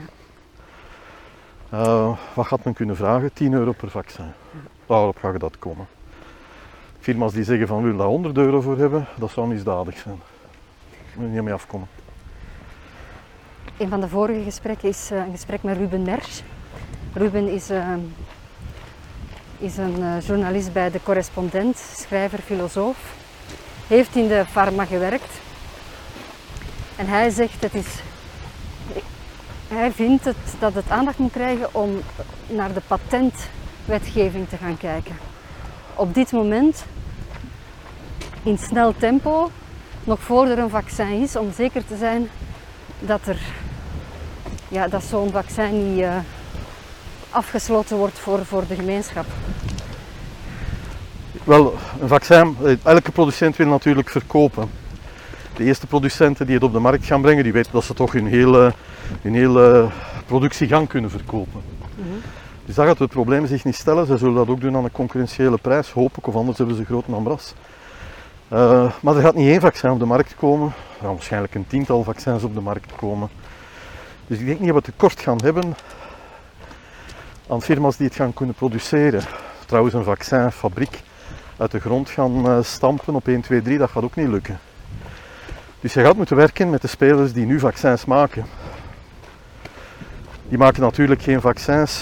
B: Uh, wat gaat men kunnen vragen? tien euro per vaccin. Daarop gaat dat komen. Firma's die zeggen van we willen daar honderd euro voor hebben, dat zou misdadig zijn. Daar moet je niet mee afkomen.
A: Een van de vorige gesprekken is uh, een gesprek met Ruben Mersch. Ruben is, uh, is een uh, journalist bij De Correspondent, schrijver, filosoof. Heeft in de pharma gewerkt. En hij zegt, het is, hij vindt het, dat het aandacht moet krijgen om naar de patentwetgeving te gaan kijken. Op dit moment, in snel tempo, nog voor er een vaccin is, om zeker te zijn dat, er, ja, dat zo'n vaccin niet uh, afgesloten wordt voor, voor de gemeenschap.
B: Wel, een vaccin, elke producent wil natuurlijk verkopen. De eerste producenten die het op de markt gaan brengen, die weten dat ze toch hun hele, hun hele productiegang kunnen verkopen. Mm-hmm. Dus daar gaat het probleem zich niet stellen. Ze zullen dat ook doen aan een concurrentiële prijs, hoop ik, of anders hebben ze grote ambras. Uh, maar er gaat niet één vaccin op de markt komen, er gaan waarschijnlijk een tiental vaccins op de markt komen. Dus ik denk niet dat we tekort gaan hebben aan firma's die het gaan kunnen produceren. Trouwens, een vaccinfabriek uit de grond gaan uh, stampen op één, twee, drie, dat gaat ook niet lukken. Dus je gaat moeten werken met de spelers die nu vaccins maken. Die maken natuurlijk geen vaccins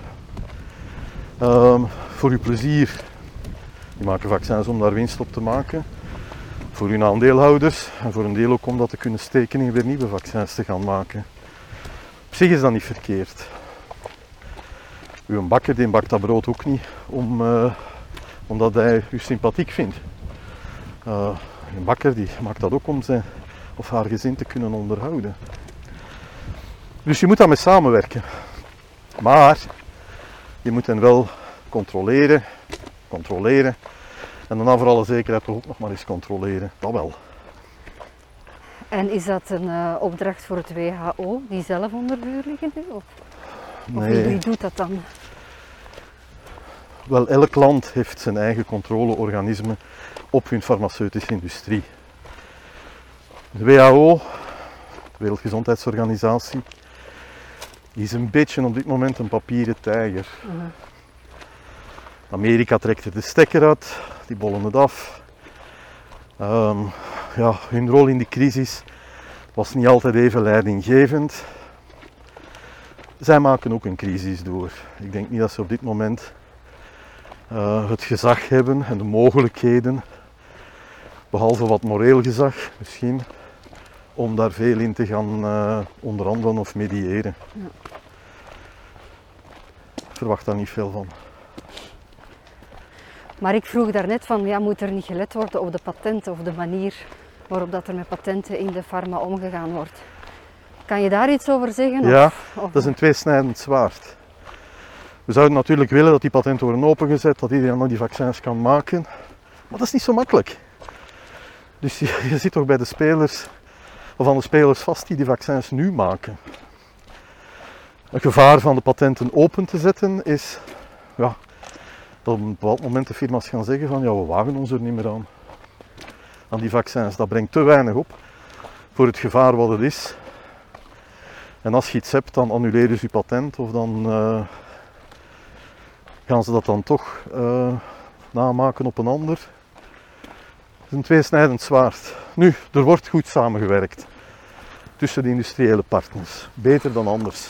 B: um, voor uw plezier. Die maken vaccins om daar winst op te maken. Voor hun aandeelhouders en voor een deel ook om dat te kunnen steken in weer nieuwe vaccins te gaan maken. Op zich is dat niet verkeerd. Uw bakker die bakt dat brood ook niet om, uh, omdat hij u sympathiek vindt. Uh, een bakker die maakt dat ook om zijn of haar gezin te kunnen onderhouden. Dus je moet daarmee samenwerken. Maar je moet hen wel controleren, controleren en daarna voor alle zekerheid ook nog maar eens controleren. Dat wel.
A: En is dat een uh, opdracht voor het W H O die zelf onder vuur liggen nu? Of,
B: nee.
A: of wie, wie doet dat dan?
B: Wel, elk land heeft zijn eigen controleorganisme op hun farmaceutische industrie. De W H O, de Wereldgezondheidsorganisatie, is een beetje op dit moment een papieren tijger. Uh-huh. Amerika trekt er de stekker uit, die bollen het af. Um, ja, hun rol in die crisis was niet altijd even leidinggevend. Zij maken ook een crisis door. Ik denk niet dat ze op dit moment uh, het gezag hebben en de mogelijkheden, behalve wat moreel gezag misschien, om daar veel in te gaan uh, onderhandelen of mediëren. Ja. Ik verwacht daar niet veel van.
A: Maar ik vroeg daarnet van, ja, moet er niet gelet worden op de patenten of de manier waarop dat er met patenten in de farma omgegaan wordt? Kan je daar iets over zeggen?
B: Ja,
A: of, of...
B: dat is een tweesnijdend zwaard. We zouden natuurlijk willen dat die patenten worden opengezet, dat iedereen nog die vaccins kan maken. Maar dat is niet zo makkelijk. Dus je, je zit toch bij de spelers, of aan de spelers vast die die vaccins nu maken. Het gevaar van de patenten open te zetten is, ja, dat op een bepaald moment de firma's gaan zeggen van, ja, we wagen ons er niet meer aan. Aan die vaccins. Dat brengt te weinig op voor het gevaar wat het is. En als je iets hebt, dan annuleren ze je patent of dan uh, gaan ze dat dan toch uh, namaken op een ander. Het is een tweesnijdend zwaard. Nu, er wordt goed samengewerkt tussen de industriële partners. Beter dan anders.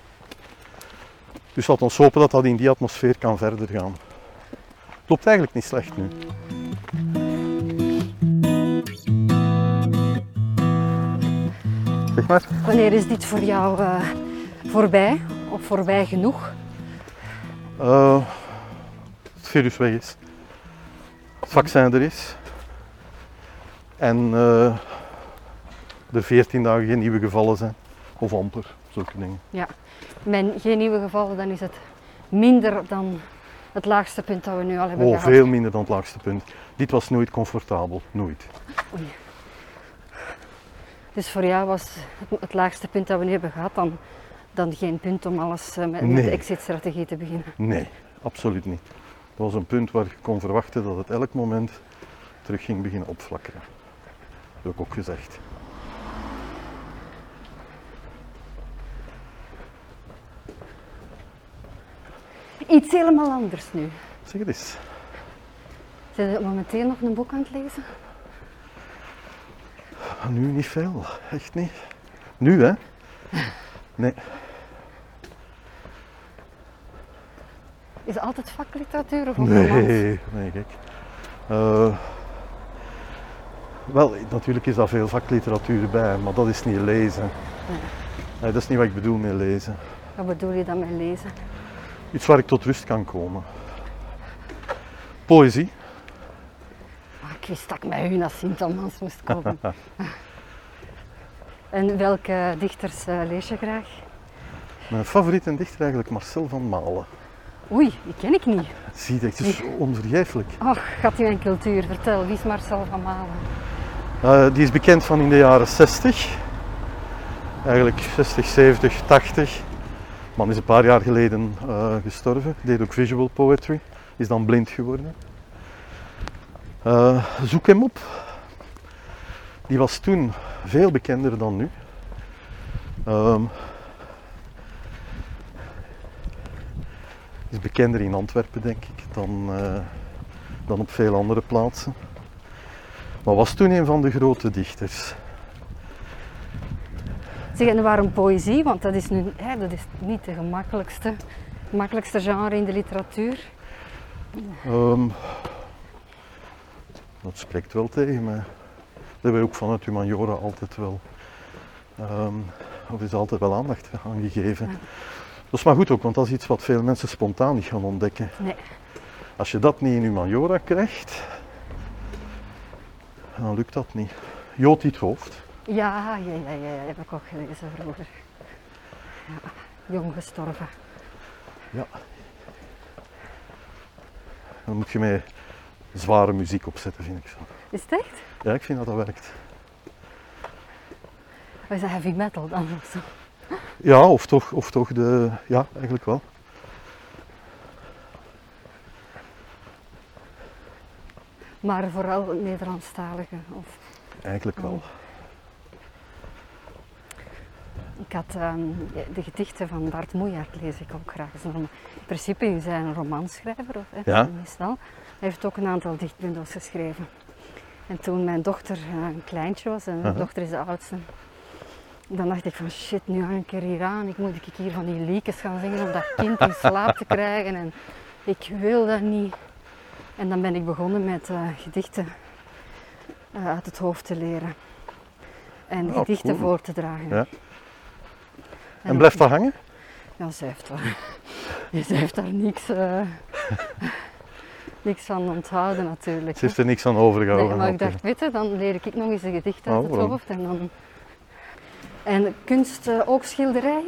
B: Dus laat ons hopen dat dat in die atmosfeer kan verder gaan. Het loopt eigenlijk niet slecht nu. Zeg maar.
A: Wanneer is dit voor jou uh, voorbij? Of voorbij genoeg?
B: Uh, het virus weg is. Het vaccin er is. En uh, er veertien dagen geen nieuwe gevallen zijn. Of amper, zulke dingen.
A: Ja, met geen nieuwe gevallen, dan is het minder dan het laagste punt dat we nu al hebben
B: oh,
A: gehad.
B: Veel minder dan het laagste punt. Dit was nooit comfortabel, nooit.
A: Oei. Dus voor jou was het, het laagste punt dat we nu hebben gehad dan, dan geen punt om alles uh, met,
B: nee.
A: met de exit-strategie te beginnen?
B: Nee, absoluut niet. Dat was een punt waar je kon verwachten dat het elk moment terug ging beginnen opflakkeren. Dat heb ik ook gezegd.
A: Iets helemaal anders nu.
B: Zeg het eens.
A: Zijn je momenteel nog een boek aan het lezen?
B: Nu niet veel, echt niet. Nu hè? Nee.
A: Is het altijd vakliteratuur of romans?
B: Nee, nee, kijk. Uh, wel, natuurlijk is daar veel vakliteratuur bij, maar dat is niet lezen.
A: Nee.
B: Nee, dat is niet wat ik bedoel met lezen.
A: Wat bedoel je dan met lezen?
B: Iets waar ik tot rust kan komen. Poëzie.
A: Oh, ik wist dat ik met u naar Sint-Thomas moest komen. En welke dichters uh, lees je graag?
B: Mijn favoriete dichter eigenlijk Marcel van Malen.
A: Oei, die ken ik niet.
B: Zie je, het is zo onvergeeflijk.
A: Och, gaat u mijn cultuur. Vertel, wie is Marcel van Malen?
B: Uh, die is bekend van in de jaren zestig. Eigenlijk zestig, zeventig, tachtig. De man is een paar jaar geleden uh, gestorven. Deed ook visual poetry. Is dan blind geworden. Uh, zoek hem op. Die was toen veel bekender dan nu. Um, is bekender in Antwerpen, denk ik, dan, uh, dan op veel andere plaatsen. Maar was toen een van de grote dichters.
A: Zeg, en waarom poëzie? Want dat is, nu, hè, dat is niet de gemakkelijkste, gemakkelijkste genre in de literatuur.
B: Um, dat spreekt wel tegen mij. Dat hebben we ook vanuit humaniora altijd wel, um, of is altijd wel aandacht aan gegeven. Ja. Dat is maar goed ook, want dat is iets wat veel mensen spontaan niet gaan ontdekken.
A: Nee.
B: Als je dat niet in humaniora krijgt, dan lukt dat niet. Jood in het hoofd.
A: Ja, ja, ja, ja, heb ik ook gelezen vroeger. Ja, jong gestorven.
B: Ja. Dan moet je met zware muziek opzetten, vind ik zo.
A: Is het echt?
B: Ja, ik vind dat dat werkt.
A: Wat is dat, heavy metal dan of zo?
B: Ja, of toch, of toch de... Ja, eigenlijk wel.
A: Maar vooral Nederlandstalige? Of...
B: Eigenlijk wel.
A: Ik had um, de gedichten van Bart Moejaert lees ik ook graag. In principe is hij een romanschrijver, of, hè,
B: ja.
A: meestal. Hij heeft ook een aantal dichtbundels geschreven. En toen mijn dochter uh, een kleintje was, en mijn uh-huh. dochter is de oudste, dan dacht ik van shit, nu hang ik er hier aan. Ik moet ik hier van die liedjes gaan zingen om dat kind in slaap te krijgen. En ik wil dat niet. En dan ben ik begonnen met uh, gedichten uh, uit het hoofd te leren. En oh, gedichten cool. voor te dragen.
B: Ja. En, en blijft dat hangen?
A: Ja, ze heeft daar, ze heeft daar niks, uh, niks van onthouden natuurlijk.
B: Ze heeft er niks aan overgehouden.
A: Nee, maar ik
B: Okay.
A: dacht, weet je, dan leer ik nog eens een gedicht uit
B: Oh,
A: het
B: waarom?
A: hoofd. En, dan... en kunst, uh, ook schilderijen?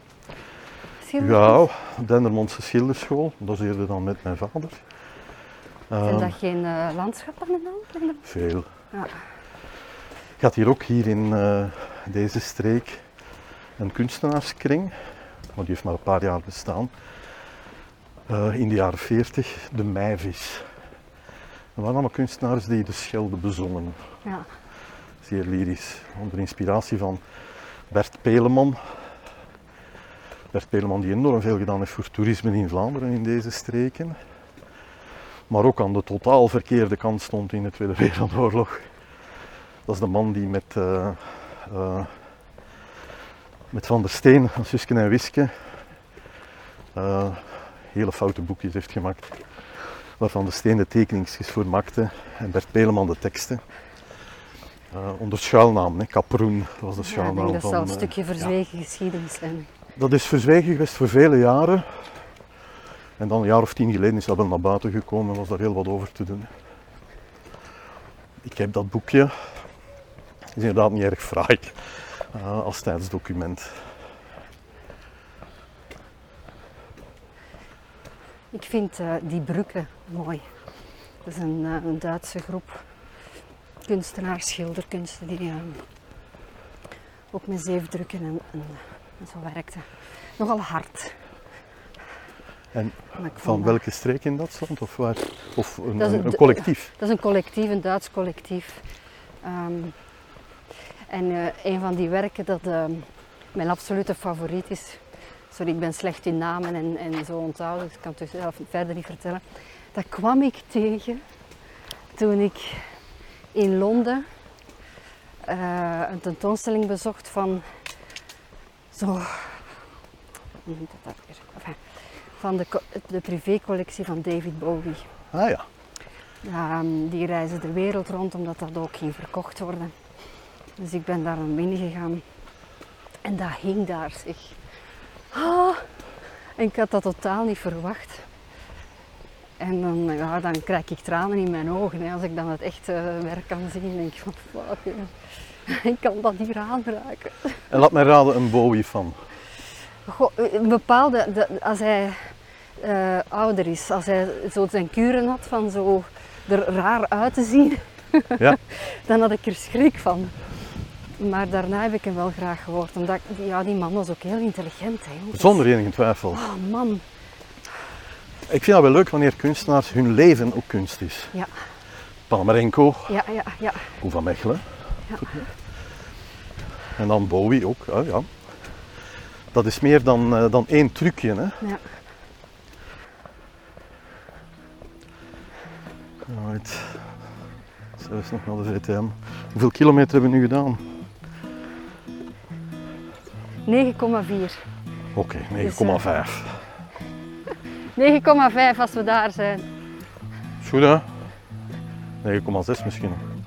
B: Ja, Dendermondse schilderschool, dat is eerder dan met mijn vader.
A: Zijn
B: Uh,
A: dat geen uh, landschappen dan?
B: veel.
A: Ja.
B: Ik had hier ook hier in uh, deze streek een kunstenaarskring, maar die heeft maar een paar jaar bestaan. Uh, in de jaren veertig, de Meivis. Er waren allemaal kunstenaars die de Schelde bezongen.
A: Ja.
B: Zeer lyrisch, onder inspiratie van Bert Peleman. Bert Peleman die enorm veel gedaan heeft voor toerisme in Vlaanderen in deze streken. Maar ook aan de totaal verkeerde kant stond in de Tweede Wereldoorlog. Dat is de man die met, uh, uh, met Van der Steen, Suske en Wiske, uh, hele foute boekjes heeft gemaakt. Waarvan de Steen de tekeningsjes voor maakte en Bert Peleman de teksten. Uh, onder schuilnaam, hè. Kaproen was de schuilnaam van...
A: Ja, ik denk dat zal een
B: uh,
A: stukje verzwegen
B: ja.
A: geschiedenis zijn.
B: Dat is verzwegen geweest voor vele jaren. En dan een jaar of tien geleden is dat wel naar buiten gekomen en was daar heel wat over te doen. Ik heb dat boekje. Het is inderdaad niet erg fraai uh, als tijdsdocument.
A: Ik vind uh, Die Brücke mooi. Dat is een, uh, een Duitse groep kunstenaars, schilderkunsten die uh, ook met zeefdrukken en, en, en zo werkten. Nogal hard.
B: En van
A: vond,
B: welke streek in dat land? Of, waar? Of een,
A: dat is
B: een,
A: een,
B: een collectief?
A: Dat is een collectief, een Duits collectief. Um, en uh, een van die werken dat uh, mijn absolute favoriet is. Sorry, ik ben slecht in namen en, en zo onthouden, dus ik kan het dus zelf verder niet vertellen. Dat kwam ik tegen toen ik in Londen uh, een tentoonstelling bezocht van zo, hoe noemt dat weer? Enfin, van de, de privécollectie van David Bowie.
B: Ah ja.
A: Um, die reizen de wereld rond omdat dat ook ging verkocht worden. Dus ik ben daar aan binnen gegaan en dat hing daar zeg. Ah, en ik had dat totaal niet verwacht. En dan, ja, dan krijg ik tranen in mijn ogen hè, als ik dan het echte werk kan zien. En denk ik van fuck, ik kan dat hier aanraken.
B: En laat mij raden, een Bowie fan.
A: Goh, een bepaalde, de, als hij uh, ouder is, als hij zo zijn kuren had van zo er raar uit te zien,
B: ja.
A: dan had ik er schrik van. Maar daarna heb ik hem wel graag gehoord, omdat ja, die man was ook heel intelligent. Hè,
B: Zonder enige twijfel.
A: Oh man.
B: Ik vind dat wel leuk wanneer kunstenaars hun leven ook kunst is.
A: Ja.
B: Panomarenko,
A: Ja, ja, ja.
B: Koen van Mechelen.
A: Ja.
B: En dan Bowie ook. Oh, ja. Dat is meer dan, uh, dan één trucje. Hè?
A: Ja.
B: Right. Zelfs nog naar de V T M. Hoeveel kilometer hebben we nu gedaan?
A: negen komma vier.
B: Oké, okay, negen komma vijf.
A: negen komma vijf als we daar zijn.
B: Is goed hè? negen komma zes misschien.